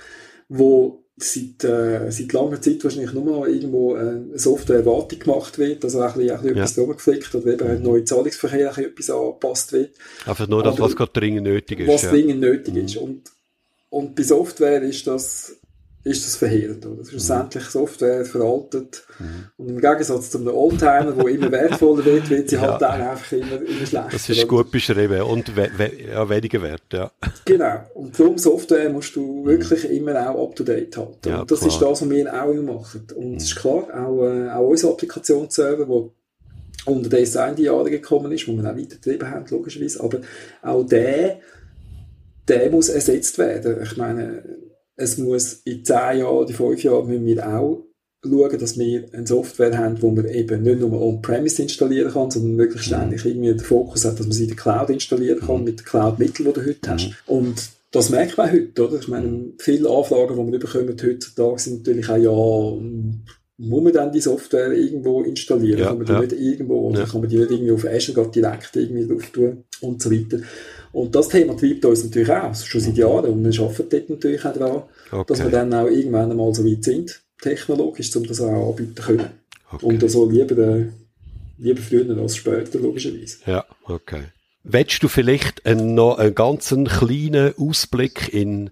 wo seit, äh, seit langer Zeit wahrscheinlich nur noch irgendwo eine Software-Erwartung gemacht wird, also auch ein bisschen, ein bisschen ja. etwas drüber geflickt oder eben ein neuer Zahlungsverkehr ein etwas angepasst wird. Einfach nur das, aber, was gerade dringend nötig ist. Was ja. dringend nötig mhm. ist. Und Und bei Software ist das ist das verheerend. Oder? Schlussendlich Software veraltet. Mhm. Und im Gegensatz zu einem Oldtimer, der immer wertvoller wird, wird sie ja. halt dann einfach immer, immer schlechter. Das ist gut beschrieben und we- we- ja, weniger wert, ja. Genau. Und darum Software musst du wirklich mhm. immer auch up-to-date halten. Ja, und das klar. ist das, was wir auch immer machen. Und mhm. es ist klar, auch, äh, auch unser Applikationsserver, der unter den Design die Jahre gekommen ist, wo wir auch weitergetrieben haben, logischerweise, aber auch der, der muss ersetzt werden. Ich meine, es muss in zehn Jahren, in fünf Jahren müssen wir auch schauen, dass wir eine Software haben, wo man eben nicht nur on-premise installieren kann, sondern möglichst ständig irgendwie den Fokus hat, dass man sie in der Cloud installieren kann, mit den Cloud-Mitteln, die du heute hast. Und das merkt man heute, oder? Ich meine, viele Anfragen, die wir bekommen heutzutage, sind natürlich auch, ja, muss man dann die Software irgendwo installieren? Ja, kann man die ja. nicht irgendwo, oder ja. kann man die nicht irgendwie auf Azure direkt irgendwie drauf tun und so weiter. Und das Thema treibt uns natürlich auch, schon seit Jahren, und wir arbeiten dort natürlich auch daran, okay. dass wir dann auch irgendwann einmal so weit sind, technologisch, um das auch anbieten können. Okay. Und also lieber, äh, lieber früher als später, logischerweise. Ja, okay. Willst du vielleicht einen, noch einen ganz kleinen Ausblick in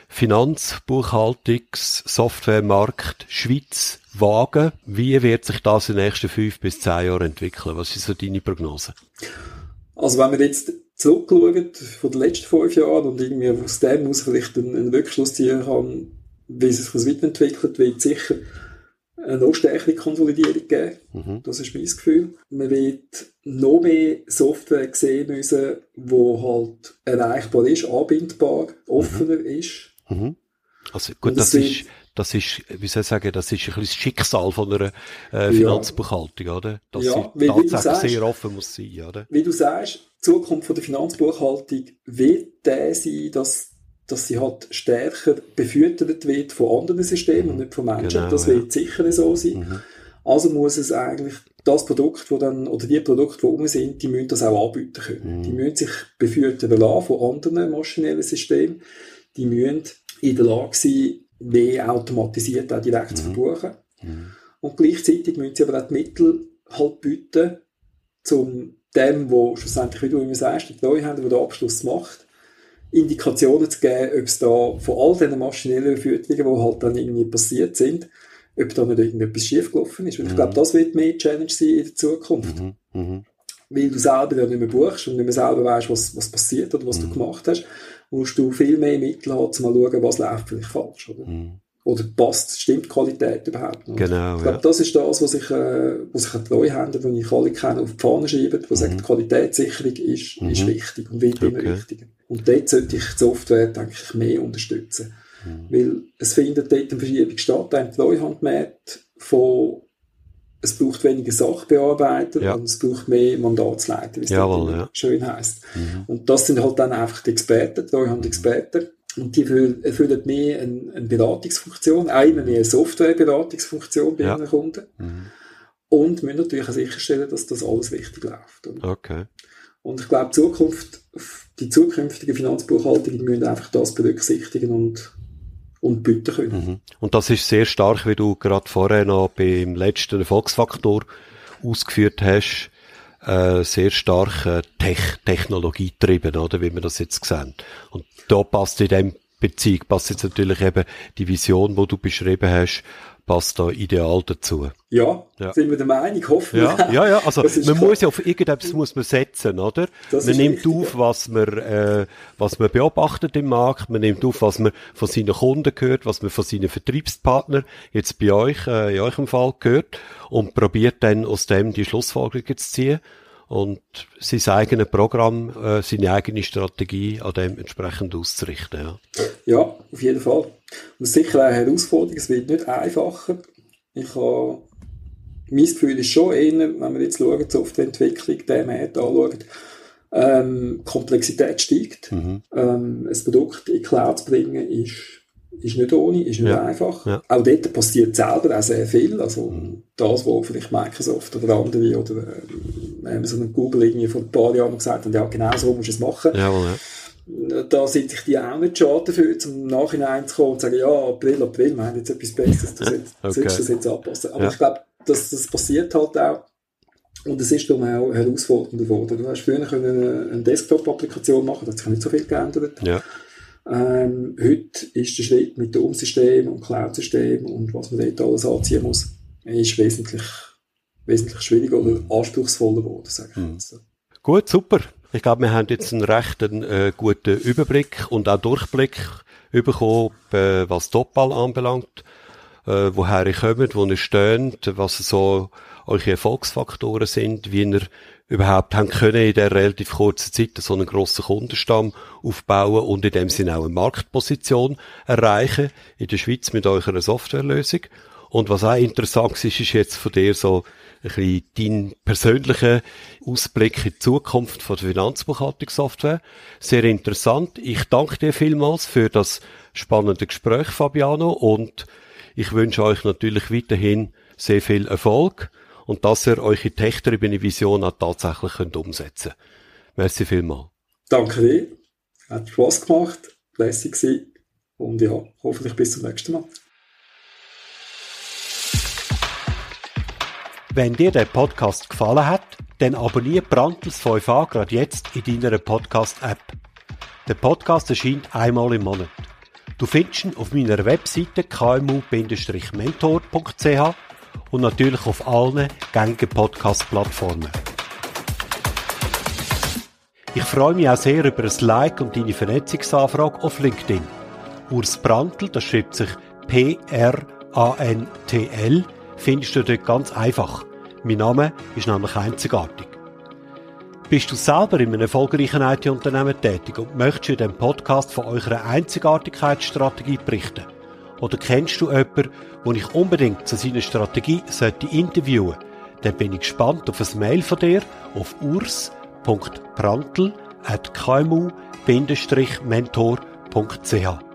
Finanzbuchhaltungs-Softwaremarkt Schweiz wagen? Wie wird sich das in den nächsten fünf bis zehn Jahren entwickeln? Was ist so deine Prognose? Also wenn wir jetzt zurückschauen von den letzten fünf Jahren und irgendwie aus dem muss vielleicht einen, einen Rückschluss ziehen kann, wie es sich weiterentwickelt, wird sicher eine noch stärkere Konsolidierung geben. Mhm. Das ist mein Gefühl. Man wird noch mehr Software sehen müssen, die halt erreichbar ist, anbindbar, offener mhm. ist. Mhm. Also gut, das, das ist, das ist, wie soll ich sagen, das ist ein bisschen das Schicksal von einer äh, Finanzbuchhaltung, ja. oder? Dass ja, sie wie, tatsächlich wie sagst, sehr offen muss sein, oder? Wie du sagst, die Zukunft von der Finanzbuchhaltung wird der sein, dass dass sie halt stärker befüttert wird von anderen Systemen und nicht von Menschen. Genau, das wird ja. sicher so sein. Mhm. Also muss es eigentlich das Produkt, wo dann, oder die Produkte, die rum sind, die müssen das auch anbieten können. Mhm. Die müssen sich befüttern lassen von anderen maschinellen Systemen. Die müssen in der Lage sein, mehr automatisiert auch direkt mhm. zu verbuchen. Mhm. Und gleichzeitig müssen sie aber auch die Mittel halt bieten, zum dem, wo schlussendlich, wie du immer sagst, der Treuhänder, der den Abschluss macht, Indikationen zu geben, ob es da von all diesen maschinellen Verführungen, die halt dann irgendwie passiert sind, ob da nicht irgendetwas schiefgelaufen ist. Und ich glaube, das wird mehr Challenge sein in der Zukunft. Mhm. Mhm. Weil du selber ja nicht mehr buchst und nicht mehr selber weißt, was, was passiert oder was mhm. du gemacht hast, musst du viel mehr Mittel haben, um zu schauen, was läuft vielleicht falsch. Oder, mhm. oder passt, stimmt die Qualität überhaupt noch? Genau, ich glaube, ja. das ist das, was ich, äh, was ich an Treuhänder, die ich alle kenne, auf die Fahne schreibe, die mhm. sagt, die Qualitätssicherung ist, mhm. ist wichtig und wird okay. immer wichtiger. Und dort sollte ich die Software, denke ich, mehr unterstützen. Mhm. Weil es findet dort eine Verschiebung statt, ein Treuhandmarkt von, es braucht weniger Sachbearbeiter ja. und es braucht mehr Mandatsleiter, wie es Jawohl, ja. schön heisst. Mhm. Und das sind halt dann einfach die Experten, Treuhandexperten. Und die erfüllen mehr eine, eine Beratungsfunktion, auch immer mehr eine Softwareberatungsfunktion bei ja. den Kunden. Mhm. Und müssen natürlich auch sicherstellen, dass das alles richtig läuft. Okay. Und ich glaube, die Zukunft, die zukünftigen Finanzbuchhaltungen müssen einfach das berücksichtigen und, und bieten können. Mhm. Und das ist sehr stark, wie du gerade vorher noch beim letzten Erfolgsfaktor ausgeführt hast, äh, sehr stark äh, Tech- Technologie getrieben, oder, wie wir das jetzt sehen. Und da passt in dem Beziehung, passt jetzt natürlich eben die Vision, die du beschrieben hast, passt da ideal dazu. Ja, ja, sind wir der Meinung, hoffen wir. Ja, ja, ja, also man klar. muss ja auf irgendetwas muss man setzen, oder? Das man nimmt richtig, auf, was man, äh, was man beobachtet im Markt, man nimmt auf, was man von seinen Kunden hört, was man von seinen Vertriebspartnern, jetzt bei euch, äh, in eurem Fall gehört, und probiert dann aus dem die Schlussfolgerungen zu ziehen und sein eigenes Programm, äh, seine eigene Strategie an dem entsprechend auszurichten. Ja, ja, auf jeden Fall. Und sicher eine Herausforderung, es wird nicht einfacher. Ich habe, mein Gefühl ist schon eher, wenn wir jetzt schauen, die Softwareentwicklung, den Markt anschauen, ähm, Komplexität steigt. Mhm. Ähm, ein Produkt in die Cloud zu bringen, ist, ist nicht ohne, ist nicht ja. einfach. Ja. Auch dort passiert selber auch sehr viel. Also mhm. das, was vielleicht Microsoft oder andere oder äh, Amazon und Google irgendwie vor ein paar Jahren gesagt haben, ja, genau so musst du es machen. Jawohl, ja. Da sind sich die auch nicht schade dafür, zum Nachhinein zu kommen und zu sagen, ja, April, April, wir haben jetzt etwas Besseres, du sollst, okay. sollst das jetzt anpassen. Aber ja. ich glaube, das, das passiert halt auch. Und es ist darum auch herausfordernd geworden. Du hast früher eine Desktop-Applikation machen, da hat sich nicht so viel geändert. Ja. Ähm, heute ist der Schritt mit dem Umsystem und Cloud-System und was man dort alles anziehen muss, ist wesentlich, wesentlich schwieriger oder anspruchsvoller geworden, sage ich mhm. jetzt. Gut, super. Ich glaube, wir haben jetzt einen recht äh, guten Überblick und auch Durchblick bekommen, äh, was Topball anbelangt, äh, woher ihr kommt, wo ihr steht, was so eure Erfolgsfaktoren sind, wie ihr überhaupt haben können in der relativ kurzen Zeit so einen grossen Kundenstamm aufbauen und in dem Sinne auch eine Marktposition erreichen in der Schweiz mit eurer Softwarelösung. Und was auch interessant ist, ist jetzt von dir so ein bisschen dein persönlicher Ausblick in die Zukunft von der Finanzbuchhaltungssoftware. Sehr interessant. Ich danke dir vielmals für das spannende Gespräch, Fabiano, und ich wünsche euch natürlich weiterhin sehr viel Erfolg und dass ihr eure technische Vision auch tatsächlich könnt umsetzen könnt. Merci vielmals. Danke dir. Hat Spass gemacht, lässig gewesen und ja, hoffentlich bis zum nächsten Mal. Wenn dir der Podcast gefallen hat, dann abonniere Brandtls fünf a gerade jetzt in deiner Podcast-App. Der Podcast erscheint einmal im Monat. Du findest ihn auf meiner Webseite k m u Bindestrich mentor punkt c h und natürlich auf allen gängigen Podcast-Plattformen. Ich freue mich auch sehr über ein Like und deine Vernetzungsanfrage auf LinkedIn. Urs Brandtl, das schreibt sich P R A N T L, findest du dort ganz einfach. Mein Name ist nämlich einzigartig. Bist du selber in einem erfolgreichen I T-Unternehmen tätig und möchtest in diesem Podcast von eurer Einzigartigkeitsstrategie berichten? Oder kennst du jemanden, den ich unbedingt zu seiner Strategie sollte interviewen? Dann bin ich gespannt auf ein Mail von dir auf urs punkt brandtl at k m u Bindestrich mentor punkt c h.